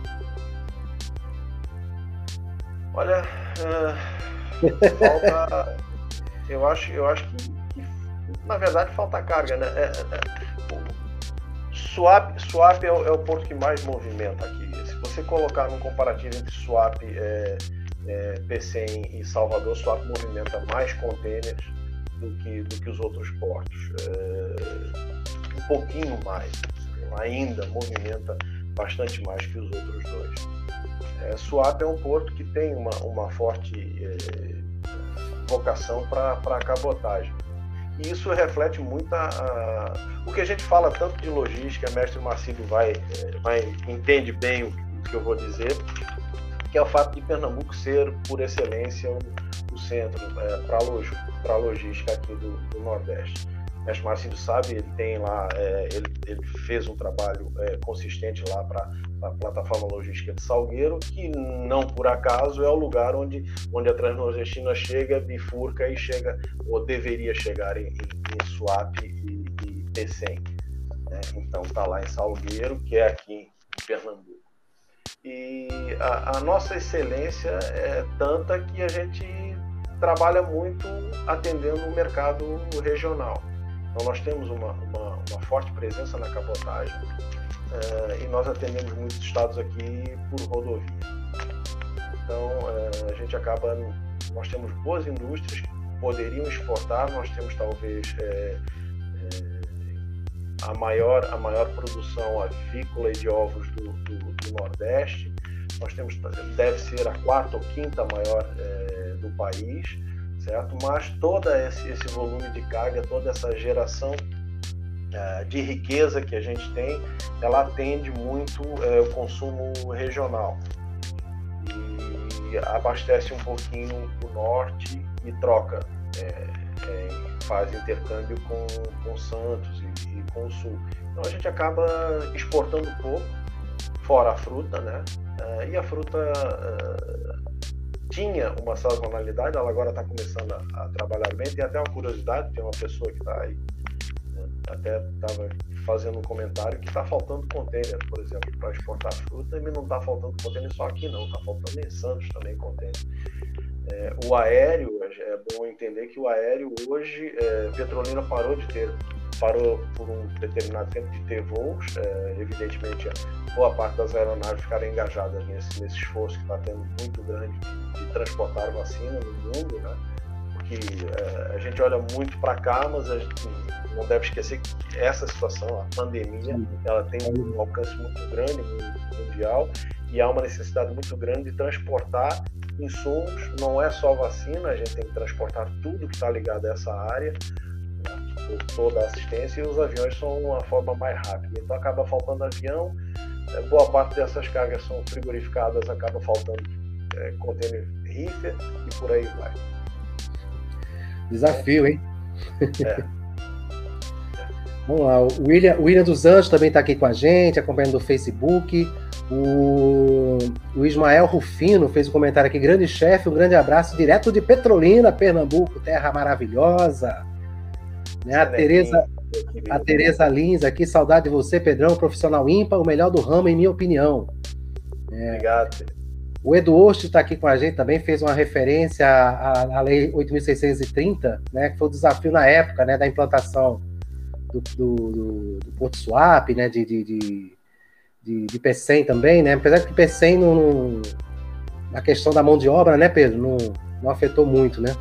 Olha, uh, falta... eu, acho, eu acho que, que, na verdade, falta carga, né? É, é, Suape, Suape é, o, é o porto que mais movimenta aqui. Se você colocar num comparativo entre Suape, é, é, Pecém e Salvador, Suape movimenta mais contêineres do que, do que os outros portos. É, um pouquinho mais, ainda movimenta bastante mais que os outros dois. É, Suape é um porto que tem uma, uma forte é, vocação para a cabotagem. E isso reflete muito a, a, o que a gente fala tanto de logística, mestre Marcílio vai, vai, entende bem o, o que eu vou dizer, que é o fato de Pernambuco ser, por excelência, o, o centro é, para a logística aqui do, do Nordeste. O mestre Marcílio sabe, ele tem lá, é, ele, ele fez um trabalho é, consistente lá para a plataforma logística de Salgueiro, que não por acaso é o lugar onde, onde a Transnordestina chega, bifurca e chega, ou deveria chegar em, em, em Suape e, e Pecém. Né? Então está lá em Salgueiro, que é aqui em Pernambuco. E a, a nossa excelência é tanta que a gente trabalha muito atendendo o mercado regional. Então nós temos uma, uma, uma forte presença na cabotagem uh, e nós atendemos muitos estados aqui por rodovia. Então uh, a gente acaba, nós temos boas indústrias que poderiam exportar, nós temos talvez é, é, a, maior, a maior produção avícola e de ovos do, do, do Nordeste, nós temos, deve ser a quarta ou quinta maior é, do país, certo? Mas todo esse, esse volume de carga, toda essa geração uh, de riqueza que a gente tem, ela atende muito uh, o consumo regional e abastece um pouquinho o norte e troca, é, é, faz intercâmbio com, com Santos e, e com o sul. Então a gente acaba exportando pouco, fora a fruta, né? Uh, e a fruta uh, tinha uma sazonalidade, ela agora está começando a, a trabalhar bem. Tem até uma curiosidade, tem uma pessoa que está aí, né, até estava fazendo um comentário que está faltando container, por exemplo, para exportar fruta, e não está faltando container só aqui não, está faltando em Santos também container. É, o aéreo, é bom entender que o aéreo hoje, é, Petrolina parou de ter, parou por um determinado tempo de ter voos, é, evidentemente boa parte das aeronaves ficaram engajadas nesse, nesse esforço que está tendo muito grande de, de transportar vacina no mundo, né? Porque é, a gente olha muito para cá, mas a gente não deve esquecer que essa situação, a pandemia, ela tem um alcance muito grande mundial e há uma necessidade muito grande de transportar insumos, não é só vacina, a gente tem que transportar tudo que está ligado a essa área, né, toda a assistência, e os aviões são uma forma mais rápida. Então acaba faltando avião, boa parte dessas cargas são frigorificadas, acaba faltando é, container reefer e por aí vai. Desafio, hein? É. Vamos lá, o William, o William dos Anjos também está aqui com a gente, acompanhando no Facebook. O, o Ismael Rufino fez um comentário aqui, grande chefe, um grande abraço, direto de Petrolina, Pernambuco, terra maravilhosa. Né? A Tereza, a Tereza Lins aqui, saudade de você, Pedrão, profissional ímpar, o melhor do ramo, em minha opinião. É, Obrigado. O Edu Oste está aqui com a gente também, fez uma referência à, à Lei oito mil seiscentos e trinta, né, que foi o desafio na época, né, da implantação do, do, do, do Porto Suape, né, de, de, de, de, de Pecém também, né, apesar que Pecém, não, não, na questão da mão de obra, né, Pedro, não, não afetou muito, né.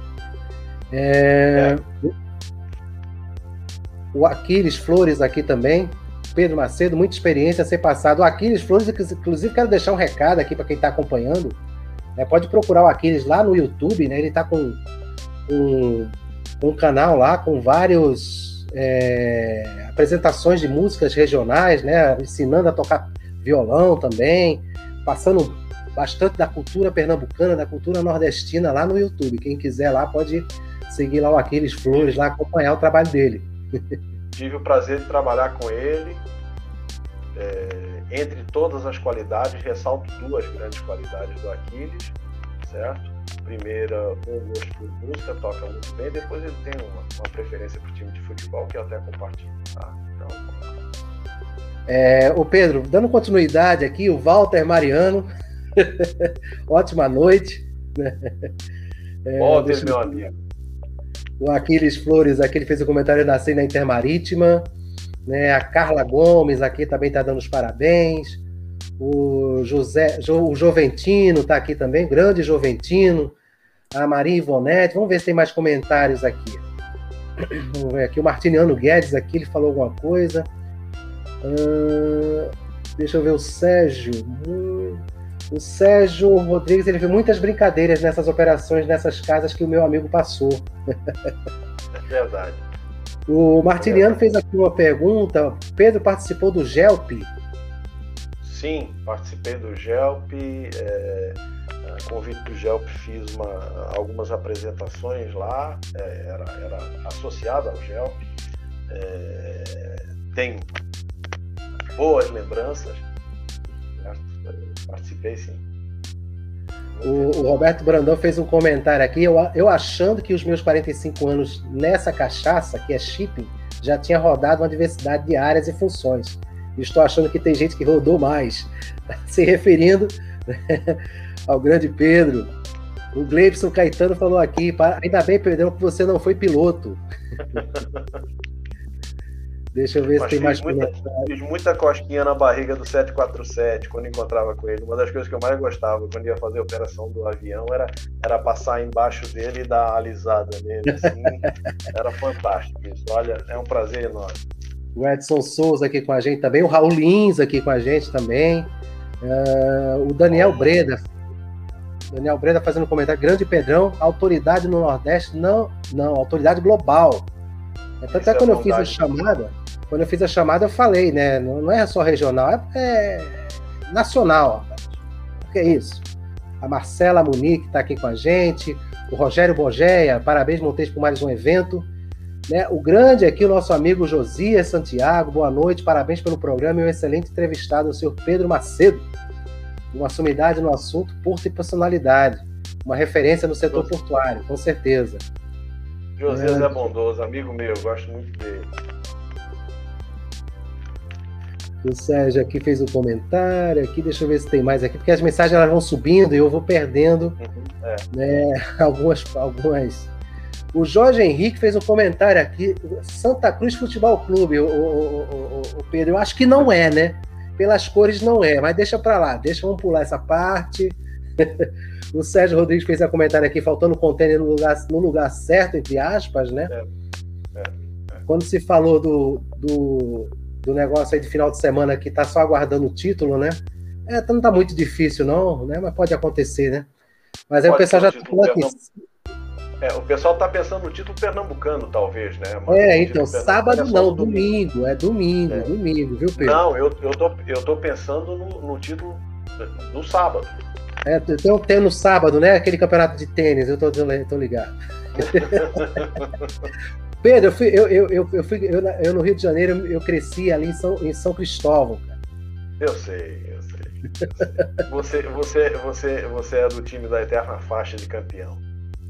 É, é. O Aquiles Flores aqui também, Pedro Macedo, muita experiência a ser passado. O Aquiles Flores, inclusive, quero deixar um recado aqui para quem está acompanhando. Né, pode procurar o Aquiles lá no YouTube, né? Ele está com um, um canal lá com vários é, apresentações de músicas regionais, né? Ensinando a tocar violão também, passando bastante da cultura pernambucana, da cultura nordestina lá no YouTube. Quem quiser lá pode seguir lá o Aquiles Flores, lá acompanhar o trabalho dele. Tive o prazer de trabalhar com ele. É, entre todas as qualidades, ressalto duas grandes qualidades do Aquiles, certo? Primeira, um gosto por música, toca muito bem. Depois ele tem uma, uma preferência por time de futebol que eu até compartilho. Tá? Então, é, o Pedro, dando continuidade aqui, o Walter Mariano. Ótima noite. É, Walter, meu amigo. O Aquiles Flores aqui, ele fez o um comentário, nasci na Intermarítima, né? A Carla Gomes aqui também está dando os parabéns, o José, o Joventino está aqui também, grande Joventino, a Maria Ivonete, vamos ver se tem mais comentários aqui. Vamos ver aqui, o Martiniano Guedes aqui, ele falou alguma coisa. Hum, deixa eu ver o Sérgio. Hum, o Sérgio Rodrigues, ele viu muitas brincadeiras nessas operações, nessas casas que o meu amigo passou. É verdade. O Martiniano é fez aqui uma pergunta. Pedro participou do GELP? Sim, participei do GELP. É, a convite do GELP fiz uma, algumas apresentações lá. É, era, era associado ao GELP. É, tem boas lembranças. Participei, sim. O, o Roberto Brandão fez um comentário aqui, eu, eu achando que os meus quarenta e cinco anos nessa cachaça, que é shipping, já tinha rodado uma diversidade de áreas e funções. Estou achando que tem gente que rodou mais. Se referindo, né, ao grande Pedro. O Gleibson Caetano falou aqui, ainda bem, Pedrão, que você não foi piloto. Deixa eu ver Mas se tem mais muita, fiz muita cosquinha na barriga do sete quatro sete quando encontrava com ele. Uma das coisas que eu mais gostava quando ia fazer a operação do avião era, era passar embaixo dele e dar a alisada nele. Assim, era fantástico isso. Olha, é um prazer enorme. O Edson Souza aqui com a gente também. O Raul Lins aqui com a gente também. Uh, o Daniel oh, Breda. Daniel Breda fazendo um comentário. Grande Pedrão, autoridade no Nordeste. Não, não, autoridade global. Até, até quando é eu fiz a chamada, quando eu fiz a chamada eu falei, né? Não, não é só regional, é, é nacional. O que é isso? A Marcela Munique está aqui com a gente, o Rogério Bogeia, parabéns, Montes, por mais um evento. Né? O grande aqui, o nosso amigo Josias Santiago, boa noite, parabéns pelo programa e um excelente entrevistado, o senhor Pedro Macedo. Uma sumidade no assunto, porto e personalidade. Uma referência no setor Nossa. portuário, com certeza. Josias é. é bondoso, amigo meu, gosto muito dele. O Sérgio aqui fez um comentário, aqui, deixa eu ver se tem mais aqui, porque as mensagens elas vão subindo e eu vou perdendo uhum, é. né, algumas, algumas. O Jorge Henrique fez um comentário aqui, Santa Cruz Futebol Clube, o, o, o, o Pedro, eu acho que não é, né? Pelas cores não é, mas deixa pra lá, deixa, vamos pular essa parte. O Sérgio Rodrigues fez um comentário aqui, faltando container no lugar, no lugar certo, entre aspas, né? É, é, é. Quando se falou do, do, do negócio aí de final de semana que tá só aguardando o título, né? É, não tá muito difícil não, né? Mas pode acontecer, né? Mas aí pode o pessoal já tá falando aqui. É, o pessoal tá pensando no título pernambucano, talvez, né? Mas é, então, sábado é não, domingo. domingo, é domingo, é. domingo, viu, Pedro? Não, eu, eu, tô, eu tô pensando no, no título do sábado. É, tem, tem no sábado, né? Aquele campeonato de tênis, eu tô, tô ligado. Pedro, eu, fui, eu, eu, eu, eu, fui, eu, eu no Rio de Janeiro, eu cresci ali em São, em São Cristóvão, cara. Eu sei, eu sei. Eu sei. Você, você, você, você é do time da eterna faixa de campeão.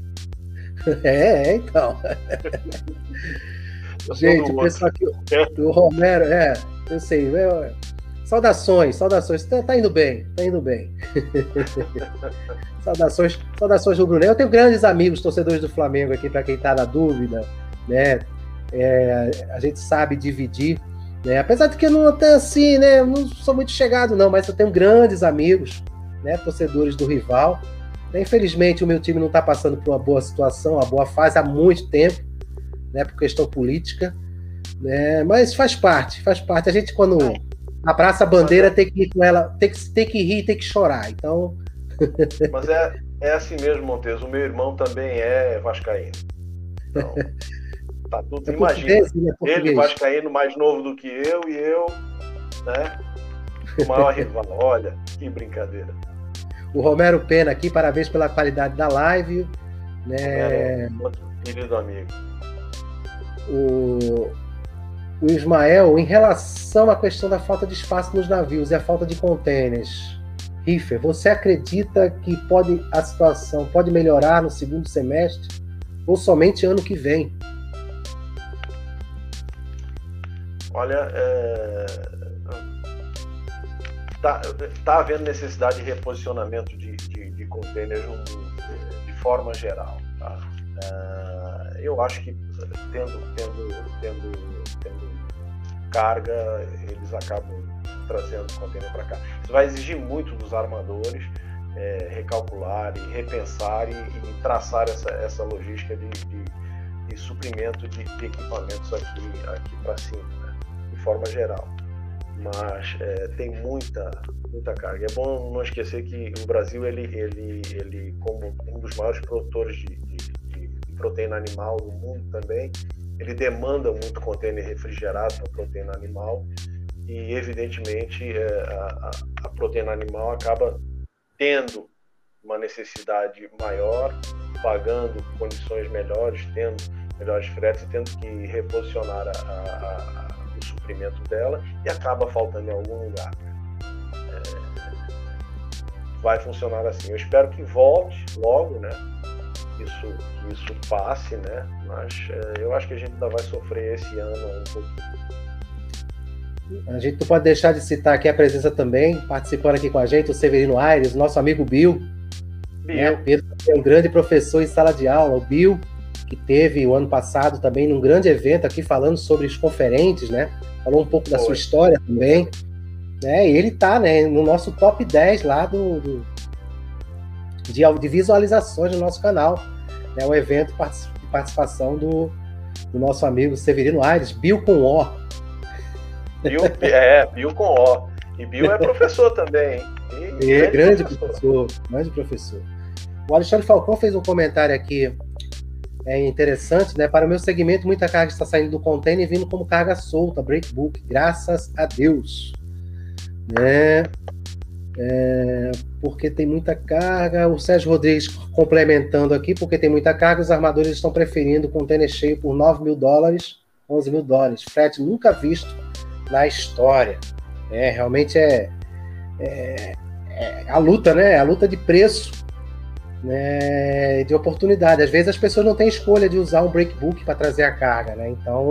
É, então. Gente, o pessoal aqui, o Romero, é, eu sei, eu, saudações, saudações, tá, tá indo bem, tá indo bem. saudações, saudações do Bruno. Eu tenho grandes amigos, torcedores do Flamengo aqui, para quem tá na dúvida, né? É, a gente sabe dividir, né? Apesar de que eu não até assim, né? Não sou muito chegado, não, mas eu tenho grandes amigos, né? Torcedores do rival. Infelizmente, o meu time não está passando por uma boa situação, uma boa fase há muito tempo, né, por questão política, É, mas faz parte, faz parte. A gente, quando abraça a bandeira, tem que ir com ela, tem que, tem que rir, tem que chorar. Então. Mas é, é assim mesmo, Montes. O meu irmão também é vascaíno. Então, tá tudo. É Imagina, é ele vascaíno mais novo do que eu e eu, né? O maior rival. Olha, que brincadeira. O Romero Pena aqui, parabéns pela qualidade da live. Né? É, outro querido amigo. O, o Ismael, em relação à questão da falta de espaço nos navios e a falta de contêineres, Riffer, você acredita que pode, a situação pode melhorar no segundo semestre ou somente ano que vem? Olha, é... tá, tá havendo necessidade de reposicionamento de, de, de contêineres no mundo, de forma geral. Tá? É... Eu acho que tendo, tendo, tendo, tendo carga, eles acabam trazendo contêiner para cá. Isso vai exigir muito dos armadores é, recalcular e repensar e, e traçar essa, essa logística de, de, de suprimento de, de equipamentos aqui, aqui para cima, né? De forma geral. Mas é, tem muita, muita carga. É bom não esquecer que o Brasil, ele, ele, ele como um dos maiores produtores de, de, de, de proteína animal do mundo também, ele demanda muito contêiner refrigerado para proteína animal. E, evidentemente, a, a proteína animal acaba tendo uma necessidade maior, pagando condições melhores, tendo melhores fretes, tendo que reposicionar a, a, a, o suprimento dela e acaba faltando em algum lugar. É, vai funcionar assim. Eu espero que volte logo, né? Isso, isso passe, né? Mas é, eu acho que a gente ainda vai sofrer esse ano um pouquinho. A gente não pode deixar de citar aqui a presença também, participando aqui com a gente, o Severino Aires, nosso amigo Bill. Bill. Né? O Pedro é um grande professor em sala de aula. O Bill, que teve o ano passado também num grande evento aqui falando sobre os conferentes, né? Falou um pouco da Foi. sua história também. Né? E ele está, né, no nosso top dez lá do, do, de, de visualizações do nosso canal. É um evento de participação do, do nosso amigo Severino Aires, Bill com O. Bill, é, Bill com O. E Bill é professor também. E, e é grande professor. professor, grande professor. O Alexandre Falcão fez um comentário aqui é interessante, né? Para o meu segmento, muita carga está saindo do container e vindo como carga solta, breakbook, graças a Deus. Né? É, porque tem muita carga. O Sérgio Rodrigues complementando aqui, porque tem muita carga, os armadores estão preferindo o container cheio por nove mil dólares, onze mil dólares. Frete nunca visto na história. É, realmente é, é, é a luta, né? A luta de preço, né? De oportunidade. Às vezes as pessoas não têm escolha de usar um breakbook para trazer a carga, né? Então,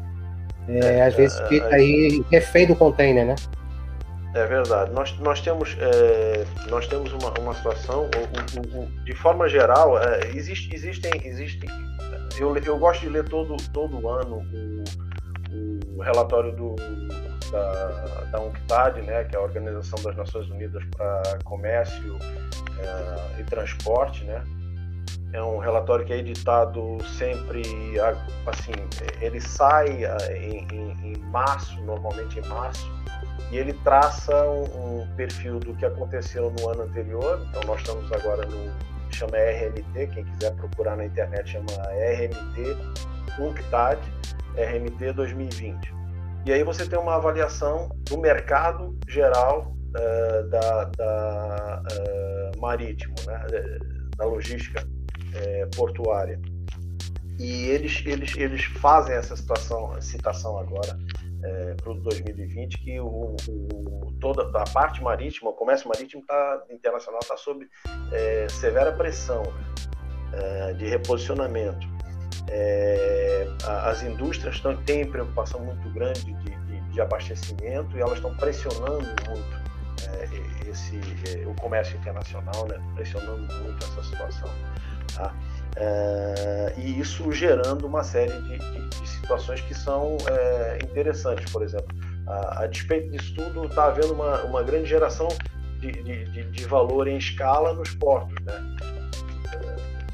é, às vezes fica aí refém do container, né? É verdade. Nós, nós temos, é, nós temos uma, uma situação, o, o, o, de forma geral, é, existe, existem, existem eu, eu gosto de ler todo, todo ano o, o relatório do, da, da UNCTAD, né, que é a Organização das Nações Unidas para Comércio é, e Transporte, né? É um relatório que é editado sempre, assim, ele sai em, em, em março, normalmente em março, e ele traça um, um perfil do que aconteceu no ano anterior. Então nós estamos agora no, chama R M T, quem quiser procurar na internet chama R M T UNCTAD, R M T dois mil e vinte. E aí você tem uma avaliação do mercado geral uh, da, da uh, marítimo, né, da logística uh, portuária. E eles, eles, eles fazem essa situação, citação agora É, para o dois mil e vinte, que o, o, toda a parte marítima, o comércio marítimo tá, internacional está sob é, severa pressão, né, é, de reposicionamento. É, as indústrias tão, têm preocupação muito grande de, de, de abastecimento e elas estão pressionando muito é, esse, é, o comércio internacional, né, pressionando muito essa situação. Tá? É, e isso gerando uma série de, de, de situações que são é, interessantes. Por exemplo, a, a despeito disso tudo, está havendo uma, uma grande geração de, de, de, de valor em escala nos portos, né?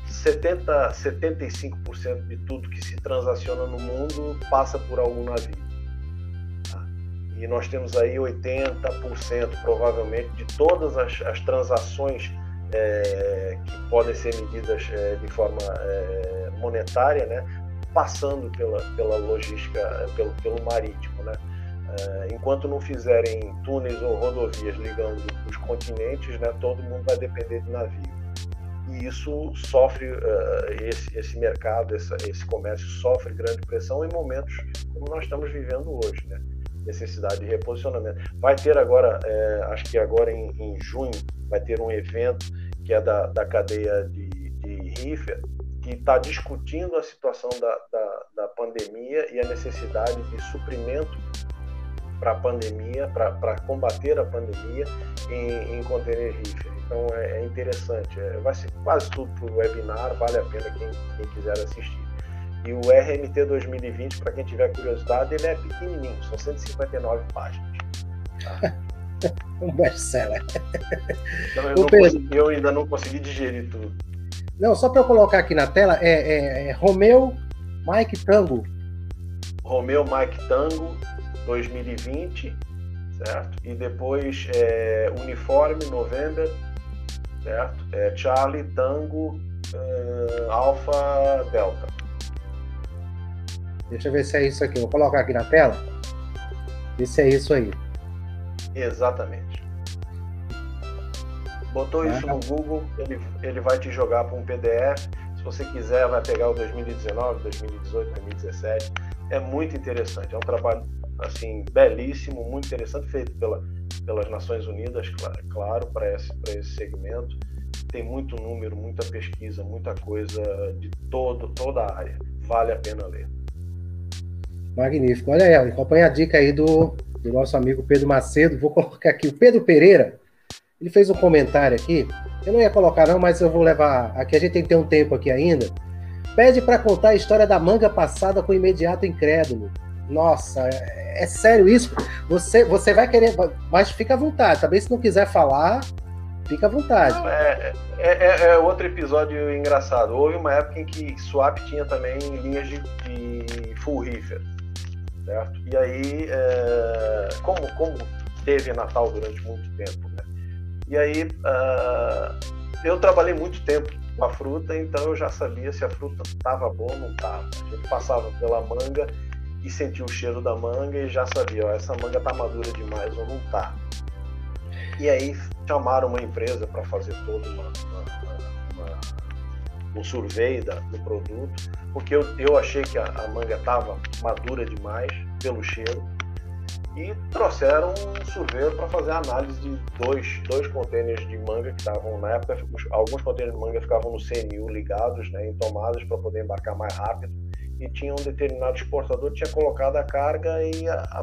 setenta, setenta e cinco por cento de tudo que se transaciona no mundo passa por algum navio. Tá? E nós temos aí oitenta por cento, provavelmente, de todas as, as transações é, que podem ser medidas é, de forma é, monetária, né? Passando pela, pela logística, pelo, pelo marítimo, né? Uh, enquanto não fizerem túneis ou rodovias ligando os continentes, né, todo mundo vai depender de navio. E isso sofre, uh, esse, esse mercado, essa, esse comércio sofre grande pressão em momentos como nós estamos vivendo hoje, né? Necessidade de reposicionamento. Vai ter agora, é, acho que agora em, em junho, vai ter um evento que é da, da cadeia de, de Riffer, que está discutindo a situação da, da, da pandemia e a necessidade de suprimento para a pandemia, para combater a pandemia em, em container reefer. Então é, é interessante, é, vai ser quase tudo por webinar, vale a pena quem, quem quiser assistir. E o R M T dois mil e vinte, para quem tiver curiosidade, ele é pequenininho, são cento e cinquenta e nove páginas. Tá? Um best-seller. Então, eu, não consegui, eu ainda não consegui digerir tudo. Não, só para eu colocar aqui na tela, é, é, é Romeo Mike Tango. Romeo Mike Tango dois mil e vinte, certo? E depois é, Uniforme November, certo? É, Charlie Tango é, Alpha Delta. Deixa eu ver se é isso aqui. Vou colocar aqui na tela. Ver se é isso aí. Exatamente. Botou ah. isso no Google, ele, ele vai te jogar para um P D F. Se você quiser, vai pegar o dois mil e dezenove, dois mil e dezoito, dois mil e dezessete. É muito interessante. É um trabalho assim, belíssimo, muito interessante, feito pela, pelas Nações Unidas, claro, claro para esse, para esse segmento. Tem muito número, muita pesquisa, muita coisa de todo, toda a área. Vale a pena ler. Magnífico. Olha aí, acompanha a dica aí do, do nosso amigo Pedro Macedo. Vou colocar aqui. O Pedro Pereira, ele fez um comentário aqui. Eu não ia colocar não, mas eu vou levar... Aqui a gente tem que ter um tempo aqui ainda. Pede para contar a história da manga passada com o imediato incrédulo. Nossa, é, é sério isso? Você, você vai querer, mas fica à vontade. Também se não quiser falar, fica à vontade. Não, é, é, é, é outro episódio engraçado. Houve uma época em que Swap tinha também linhas de, de full reefer, certo? E aí, é, como, como teve Natal durante muito tempo, né? E aí, uh, eu trabalhei muito tempo com a fruta, então eu já sabia se a fruta estava boa ou não estava. A gente passava pela manga e sentia o cheiro da manga e já sabia, ó, essa manga tá madura demais ou não tá. E aí chamaram uma empresa para fazer todo uma, uma, uma, um survey da, do produto, porque eu, eu achei que a, a manga estava madura demais pelo cheiro, e trouxeram um surveyor para fazer a análise de dois, dois contêineres de manga que estavam, na época, alguns contêineres de manga ficavam no C N U ligados, né, em tomadas para poder embarcar mais rápido, e tinha um determinado exportador que tinha colocado a carga e, a, a,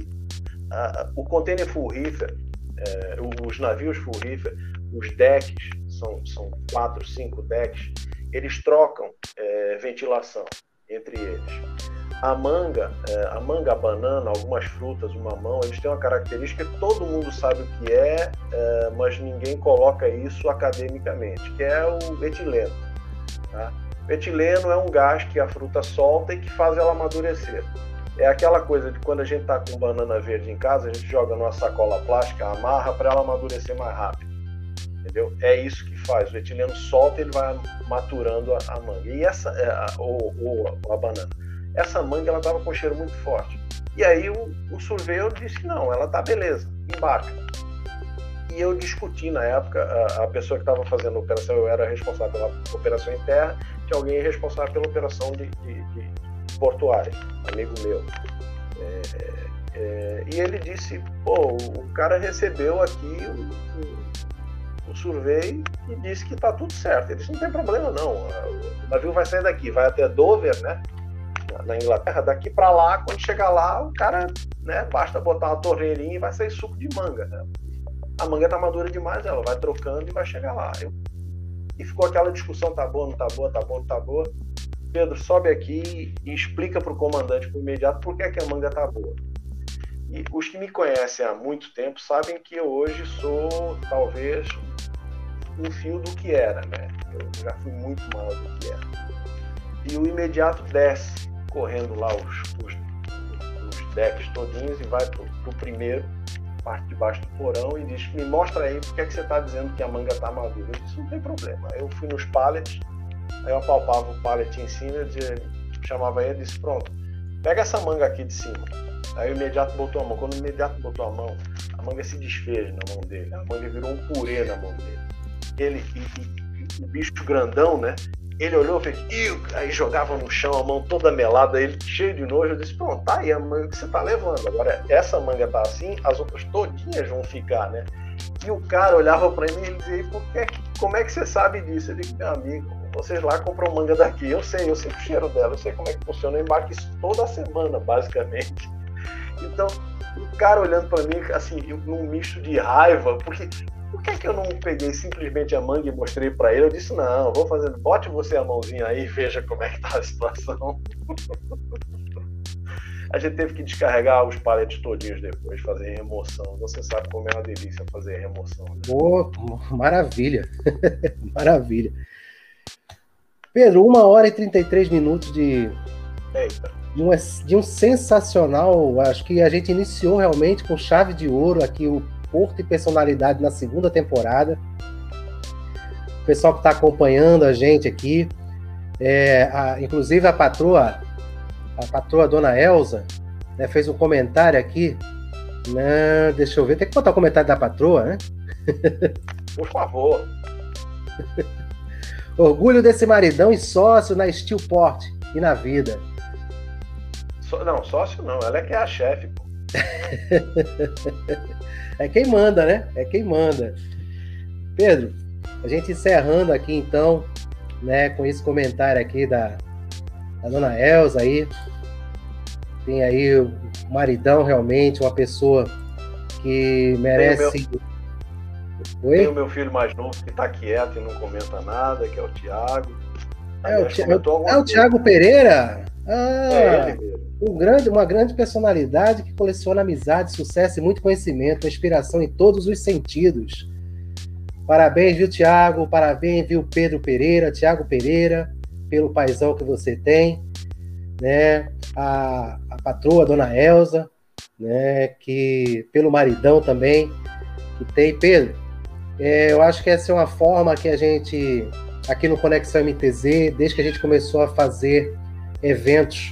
a, o contêiner full reefer, é, os navios full reefer, os decks, são, são quatro, cinco decks, eles trocam é, ventilação entre eles. A manga, a manga, a banana, algumas frutas, o mamão, eles têm uma característica que todo mundo sabe o que é, mas ninguém coloca isso academicamente, que é o etileno. Tá? O etileno é um gás que a fruta solta e que faz ela amadurecer. É aquela coisa de quando a gente está com banana verde em casa, a gente joga numa sacola plástica, amarra para ela amadurecer mais rápido. Entendeu? É isso que faz. O etileno solta e ele vai maturando a, a manga. E essa, ou, ou a banana. Essa manga ela estava com um cheiro muito forte. E aí o, o surveyor disse que não, ela tá beleza, embarca. E eu discuti na época, a, a pessoa que estava fazendo a operação, eu era responsável pela operação interna, tinha alguém responsável pela operação de, de, de portuária, amigo meu. É, é, e ele disse, pô, o cara recebeu aqui o, o, o survey e disse que tá tudo certo. Ele disse, não tem problema não, o navio vai sair daqui, vai até Dover, né? Na Inglaterra, daqui para lá, quando chegar lá, o cara, né, basta botar uma torneirinha e vai sair suco de manga, né? A manga tá madura demais, ela vai trocando e vai chegar lá. Eu... E ficou aquela discussão, tá boa, não tá boa, tá boa, não tá boa. Pedro, sobe aqui e explica pro comandante por imediato por que é que a manga tá boa. E os que me conhecem há muito tempo sabem que eu hoje sou, talvez, um fio do que era, né? Eu já fui muito maior do que era. E o imediato desce, correndo lá os, os, os decks todinhos e vai pro, pro primeiro, parte de baixo do porão, e diz: me mostra aí por que, é que você está dizendo que a manga está madura. Eu disse: não tem problema. Eu fui nos pallets, aí eu apalpava o pallet em cima, eu dizia, chamava ele e disse: pronto, pega essa manga aqui de cima. Aí o imediato botou a mão. Quando o imediato botou a mão, a manga se desfez na mão dele. A manga virou um purê na mão dele. Ele, e, e, e, o bicho grandão, né? Ele olhou e fez, aí jogava no chão, a mão toda melada, ele cheio de nojo. Eu disse: pronto, tá aí a manga que você tá levando. Agora, essa manga tá assim, as outras todinhas vão ficar, né? E o cara olhava pra mim e ele dizia: por que, como é que você sabe disso? Eu digo: meu amigo, vocês lá compram manga daqui. Eu sei, eu sei o cheiro dela, eu sei como é que funciona. Eu embarco isso toda semana, basicamente. Então, o cara olhando pra mim, assim, num misto de raiva, porque por que que eu não peguei simplesmente a manga e mostrei pra ele? Eu disse: não, vou fazendo, bote você a mãozinha aí e veja como é que tá a situação. A gente teve que descarregar os paletes todinhos depois, fazer remoção. Você sabe como é uma delícia fazer remoção, né? Oh, maravilha, maravilha. Pedro, uma hora e trinta e três minutos de... Eita. De um, de um sensacional, acho que a gente iniciou realmente com chave de ouro aqui o Porto e Personalidade na segunda temporada. O pessoal que está acompanhando a gente aqui, é, a, inclusive a patroa, a patroa Dona Elza, né, fez um comentário aqui. Né, deixa eu ver, tem que botar o comentário da patroa, né? Por favor. Orgulho desse maridão e sócio na Steelport e na vida. Não, sócio não, ela é que é a chefe, pô. É quem manda, né? É quem manda. Pedro, a gente encerrando aqui então, né, com esse comentário aqui da, da Dona Elza aí. Tem aí o maridão realmente, uma pessoa que merece... Tem o meu, Tem o meu filho mais novo que tá quieto e não comenta nada, que é o Thiago. É o, Thi... é o Thiago Pereira? Ah, é ele mesmo. Um grande, uma grande personalidade que coleciona amizade, sucesso e muito conhecimento, inspiração em todos os sentidos. Parabéns, viu, Thiago? Parabéns, viu, Pedro Pereira, Thiago Pereira, pelo paizão que você tem, né? A, a patroa, a Dona Elza, né? Que, pelo maridão também que tem. Pedro, é, eu acho que essa é uma forma que a gente, aqui no Conexão M T Z, desde que a gente começou a fazer eventos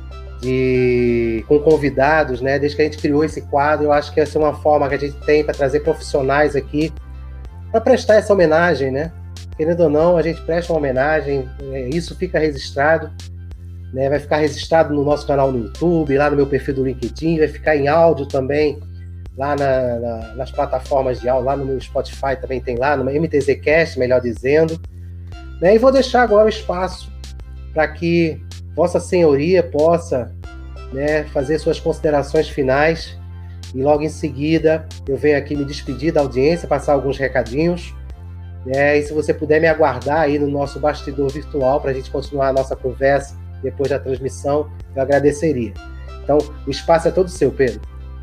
de, com convidados, né? Desde que a gente criou esse quadro, eu acho que essa é uma forma que a gente tem para trazer profissionais aqui para prestar essa homenagem, né? Querendo ou não, a gente presta uma homenagem, é, isso fica registrado, né? Vai ficar registrado no nosso canal no YouTube, lá no meu perfil do LinkedIn, vai ficar em áudio também, lá na, na, nas plataformas de áudio, lá no meu Spotify também tem lá, no M T Z Cast, melhor dizendo, né? E vou deixar agora o espaço para que Vossa Senhoria possa, né, fazer suas considerações finais e logo em seguida eu venho aqui me despedir da audiência, passar alguns recadinhos, né, e se você puder me aguardar aí no nosso bastidor virtual para a gente continuar a nossa conversa depois da transmissão, eu agradeceria. Então, o espaço é todo seu, Pedro.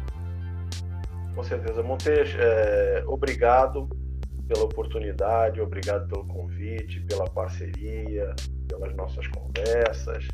Com certeza. Montes, é, obrigado pela oportunidade, obrigado pelo convite, pela parceria, pelas nossas conversas.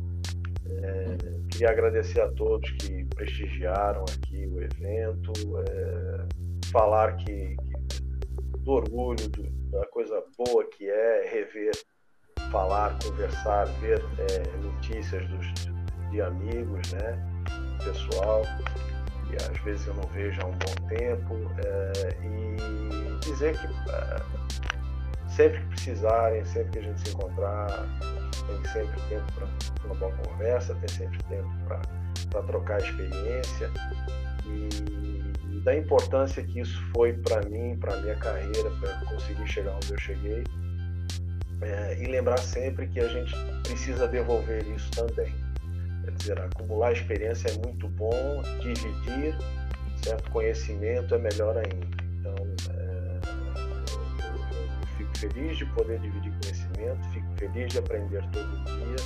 É, queria agradecer a todos que prestigiaram aqui o evento, é, falar que, que do orgulho, do, da coisa boa que é rever, falar, conversar, ver é, notícias dos, de amigos, né, pessoal, que às vezes eu não vejo há um bom tempo, é, e dizer que é, sempre que precisarem, sempre que a gente se encontrar, tem sempre tempo para uma boa conversa, tem sempre tempo para trocar experiência, e, e da importância que isso foi para mim, para a minha carreira, para conseguir chegar onde eu cheguei, é, e lembrar sempre que a gente precisa devolver isso também. Quer dizer, acumular experiência é muito bom, dividir certo conhecimento é melhor ainda. Então, é, eu, eu fico feliz de poder dividir conhecimento, fico feliz de aprender todo dia,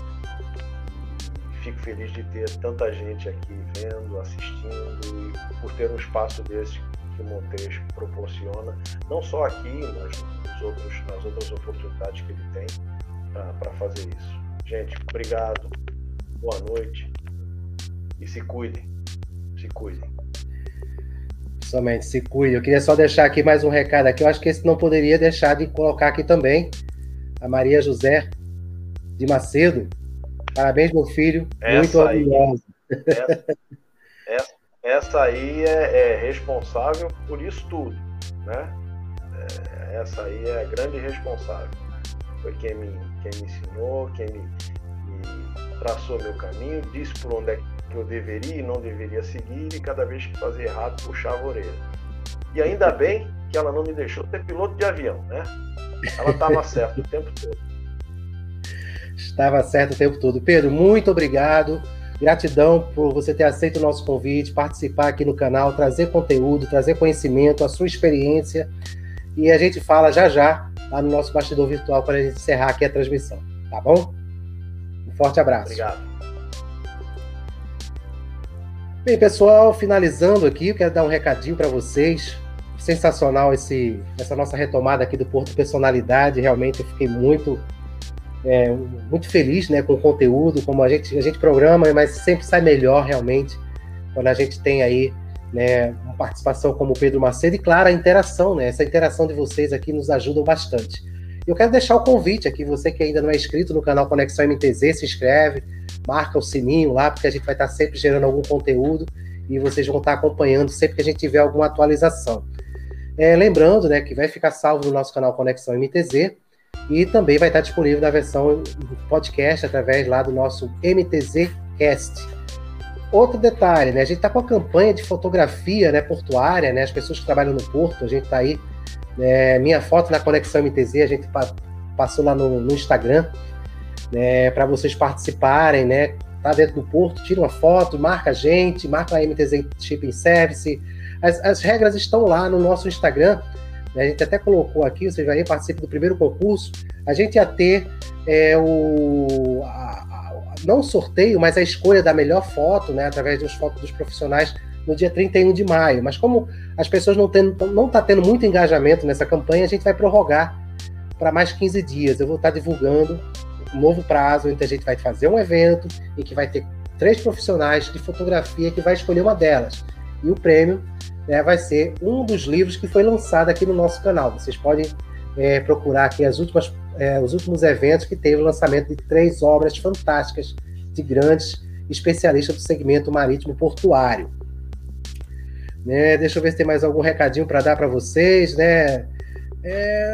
e fico feliz de ter tanta gente aqui vendo, assistindo, e por ter um espaço desse que o Montesco proporciona, não só aqui, mas nos outros, nas outras oportunidades que ele tem para fazer isso. Gente, obrigado, boa noite e se cuidem, se cuidem. Somente se cuide. Eu queria só deixar aqui mais um recado aqui. Eu acho que esse não poderia deixar de colocar aqui também. A Maria José de Macedo. Parabéns, meu filho. Essa muito orgulhosa. Essa, essa, essa aí é, é responsável por isso tudo, né? É, essa aí é a grande responsável. Foi quem me, quem me ensinou, quem me, me traçou meu caminho, disse por onde é que que eu deveria e não deveria seguir, e cada vez que fazia errado, puxava a orelha. E ainda bem que ela não me deixou ser piloto de avião, né? Ela estava certa o tempo todo. Estava certo o tempo todo. Pedro, muito obrigado. Gratidão por você ter aceito o nosso convite, participar aqui no canal, trazer conteúdo, trazer conhecimento, a sua experiência. E a gente fala já já lá no nosso bastidor virtual para a gente encerrar aqui a transmissão. Tá bom? Um forte abraço. Obrigado. Bem, pessoal, finalizando aqui, eu quero dar um recadinho para vocês. Sensacional esse, essa nossa retomada aqui do Porto Personalidade. Realmente eu fiquei muito, é, muito feliz, né, com o conteúdo, como a gente, a gente programa, mas sempre sai melhor realmente quando a gente tem aí, né, uma participação como o Pedro Macedo e, claro, a interação, né? Essa interação de vocês aqui nos ajuda bastante. Eu quero deixar o convite aqui, você que ainda não é inscrito no canal Conexão M T Z, se inscreve, marca o sininho lá, porque a gente vai estar sempre gerando algum conteúdo e vocês vão estar acompanhando sempre que a gente tiver alguma atualização. É, lembrando, né, que vai ficar salvo no nosso canal Conexão M T Z e também vai estar disponível na versão podcast através lá do nosso M T Z Cast. Outro detalhe, né, a gente está com a campanha de fotografia, né, portuária, né, as pessoas que trabalham no porto, a gente está aí, né, minha foto na Conexão M T Z, a gente pa- passou lá no, no Instagram, né, para vocês participarem, né, tá dentro do porto, tira uma foto, marca a gente, marca a M T Z Shipping Service, as, as regras estão lá no nosso Instagram, né, a gente até colocou aqui, vocês vai participar do primeiro concurso, a gente ia ter é, o... A, a, não o sorteio, mas a escolha da melhor foto, né, através dos fotos dos profissionais no dia trinta e um de maio, mas como as pessoas não estão não tá tendo muito engajamento nessa campanha, a gente vai prorrogar para mais quinze dias, eu vou estar divulgando um novo prazo, onde a gente vai fazer um evento em que vai ter três profissionais de fotografia que vai escolher uma delas. E o prêmio, né, vai ser um dos livros que foi lançado aqui no nosso canal. Vocês podem é, procurar aqui as últimas, é, os últimos eventos que teve o lançamento de três obras fantásticas de grandes especialistas do segmento marítimo portuário. Né, deixa eu ver se tem mais algum recadinho para dar para vocês, né? É...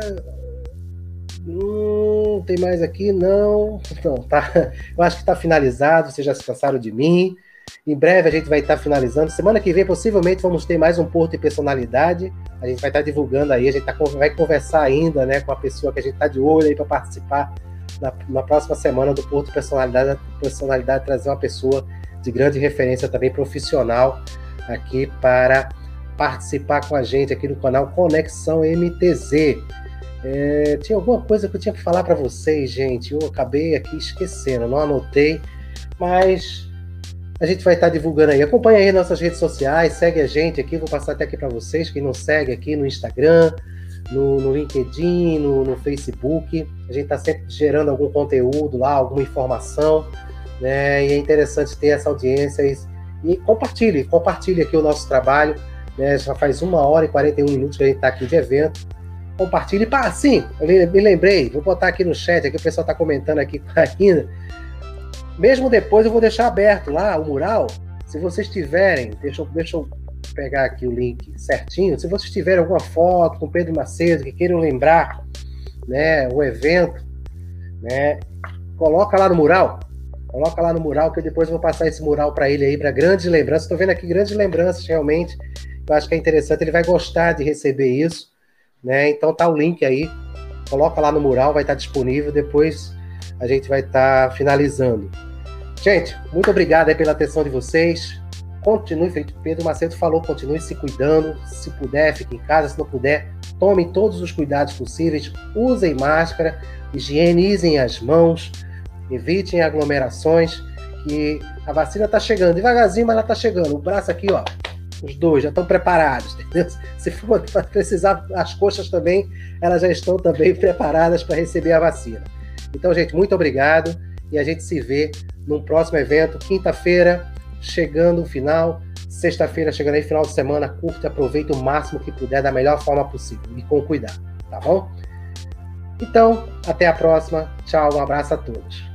Hum, tem mais aqui? Não. Não, tá. Eu acho que está finalizado, vocês já se cansaram de mim. Em breve a gente vai estar tá finalizando. Semana que vem, possivelmente, vamos ter mais um Porto e Personalidade. A gente vai estar tá divulgando aí, a gente tá, vai conversar ainda, né, com a pessoa que a gente está de olho aí para participar na, na próxima semana do Porto e Personalidade, Personalidade, trazer uma pessoa de grande referência também profissional aqui para participar com a gente aqui no canal Conexão M T Z. É, tinha alguma coisa que eu tinha que falar para vocês, gente. Eu acabei aqui esquecendo, não anotei, mas a gente vai estar divulgando aí. Acompanha aí nossas redes sociais, segue a gente aqui. Vou passar até aqui para vocês, quem não segue aqui no Instagram, no, no LinkedIn, no, no Facebook. A gente está sempre gerando algum conteúdo lá, alguma informação, né? E é interessante ter essa audiência e, e compartilhe, compartilhe aqui o nosso trabalho, né? Já faz uma hora e quarenta e um minutos que a gente está aqui de evento. Compartilhe. Pá, sim, eu me lembrei, vou botar aqui no chat, aqui o pessoal está comentando aqui ainda. Mesmo depois eu vou deixar aberto lá o mural. Se vocês tiverem, deixa eu, deixa eu pegar aqui o link certinho. Se vocês tiverem alguma foto com Pedro Macedo, que queiram lembrar, né, o evento, né, coloca lá no mural. Coloca lá no mural, que eu depois vou passar esse mural para ele aí, para grandes lembranças. Estou vendo aqui grandes lembranças, realmente. Eu acho que é interessante, ele vai gostar de receber isso. Né? Então tá o link aí, coloca lá no mural, vai estar disponível, depois a gente vai estar finalizando. Gente, muito obrigado aí pela atenção de vocês, continue, feito Pedro Macedo falou, continue se cuidando, se puder, fique em casa, se não puder, tomem todos os cuidados possíveis, usem máscara, higienizem as mãos, evitem aglomerações, que a vacina tá chegando, devagarzinho, mas ela tá chegando, o braço aqui, ó, Os dois já estão preparados, entendeu? Se for precisar, as coxas também, elas já estão também preparadas para receber a vacina. Então, gente, muito obrigado e a gente se vê num próximo evento, quinta-feira, chegando o final, sexta-feira chegando aí, final de semana, curta, aproveita o máximo que puder, da melhor forma possível e com cuidado, tá bom? Então, até a próxima. Tchau, um abraço a todos.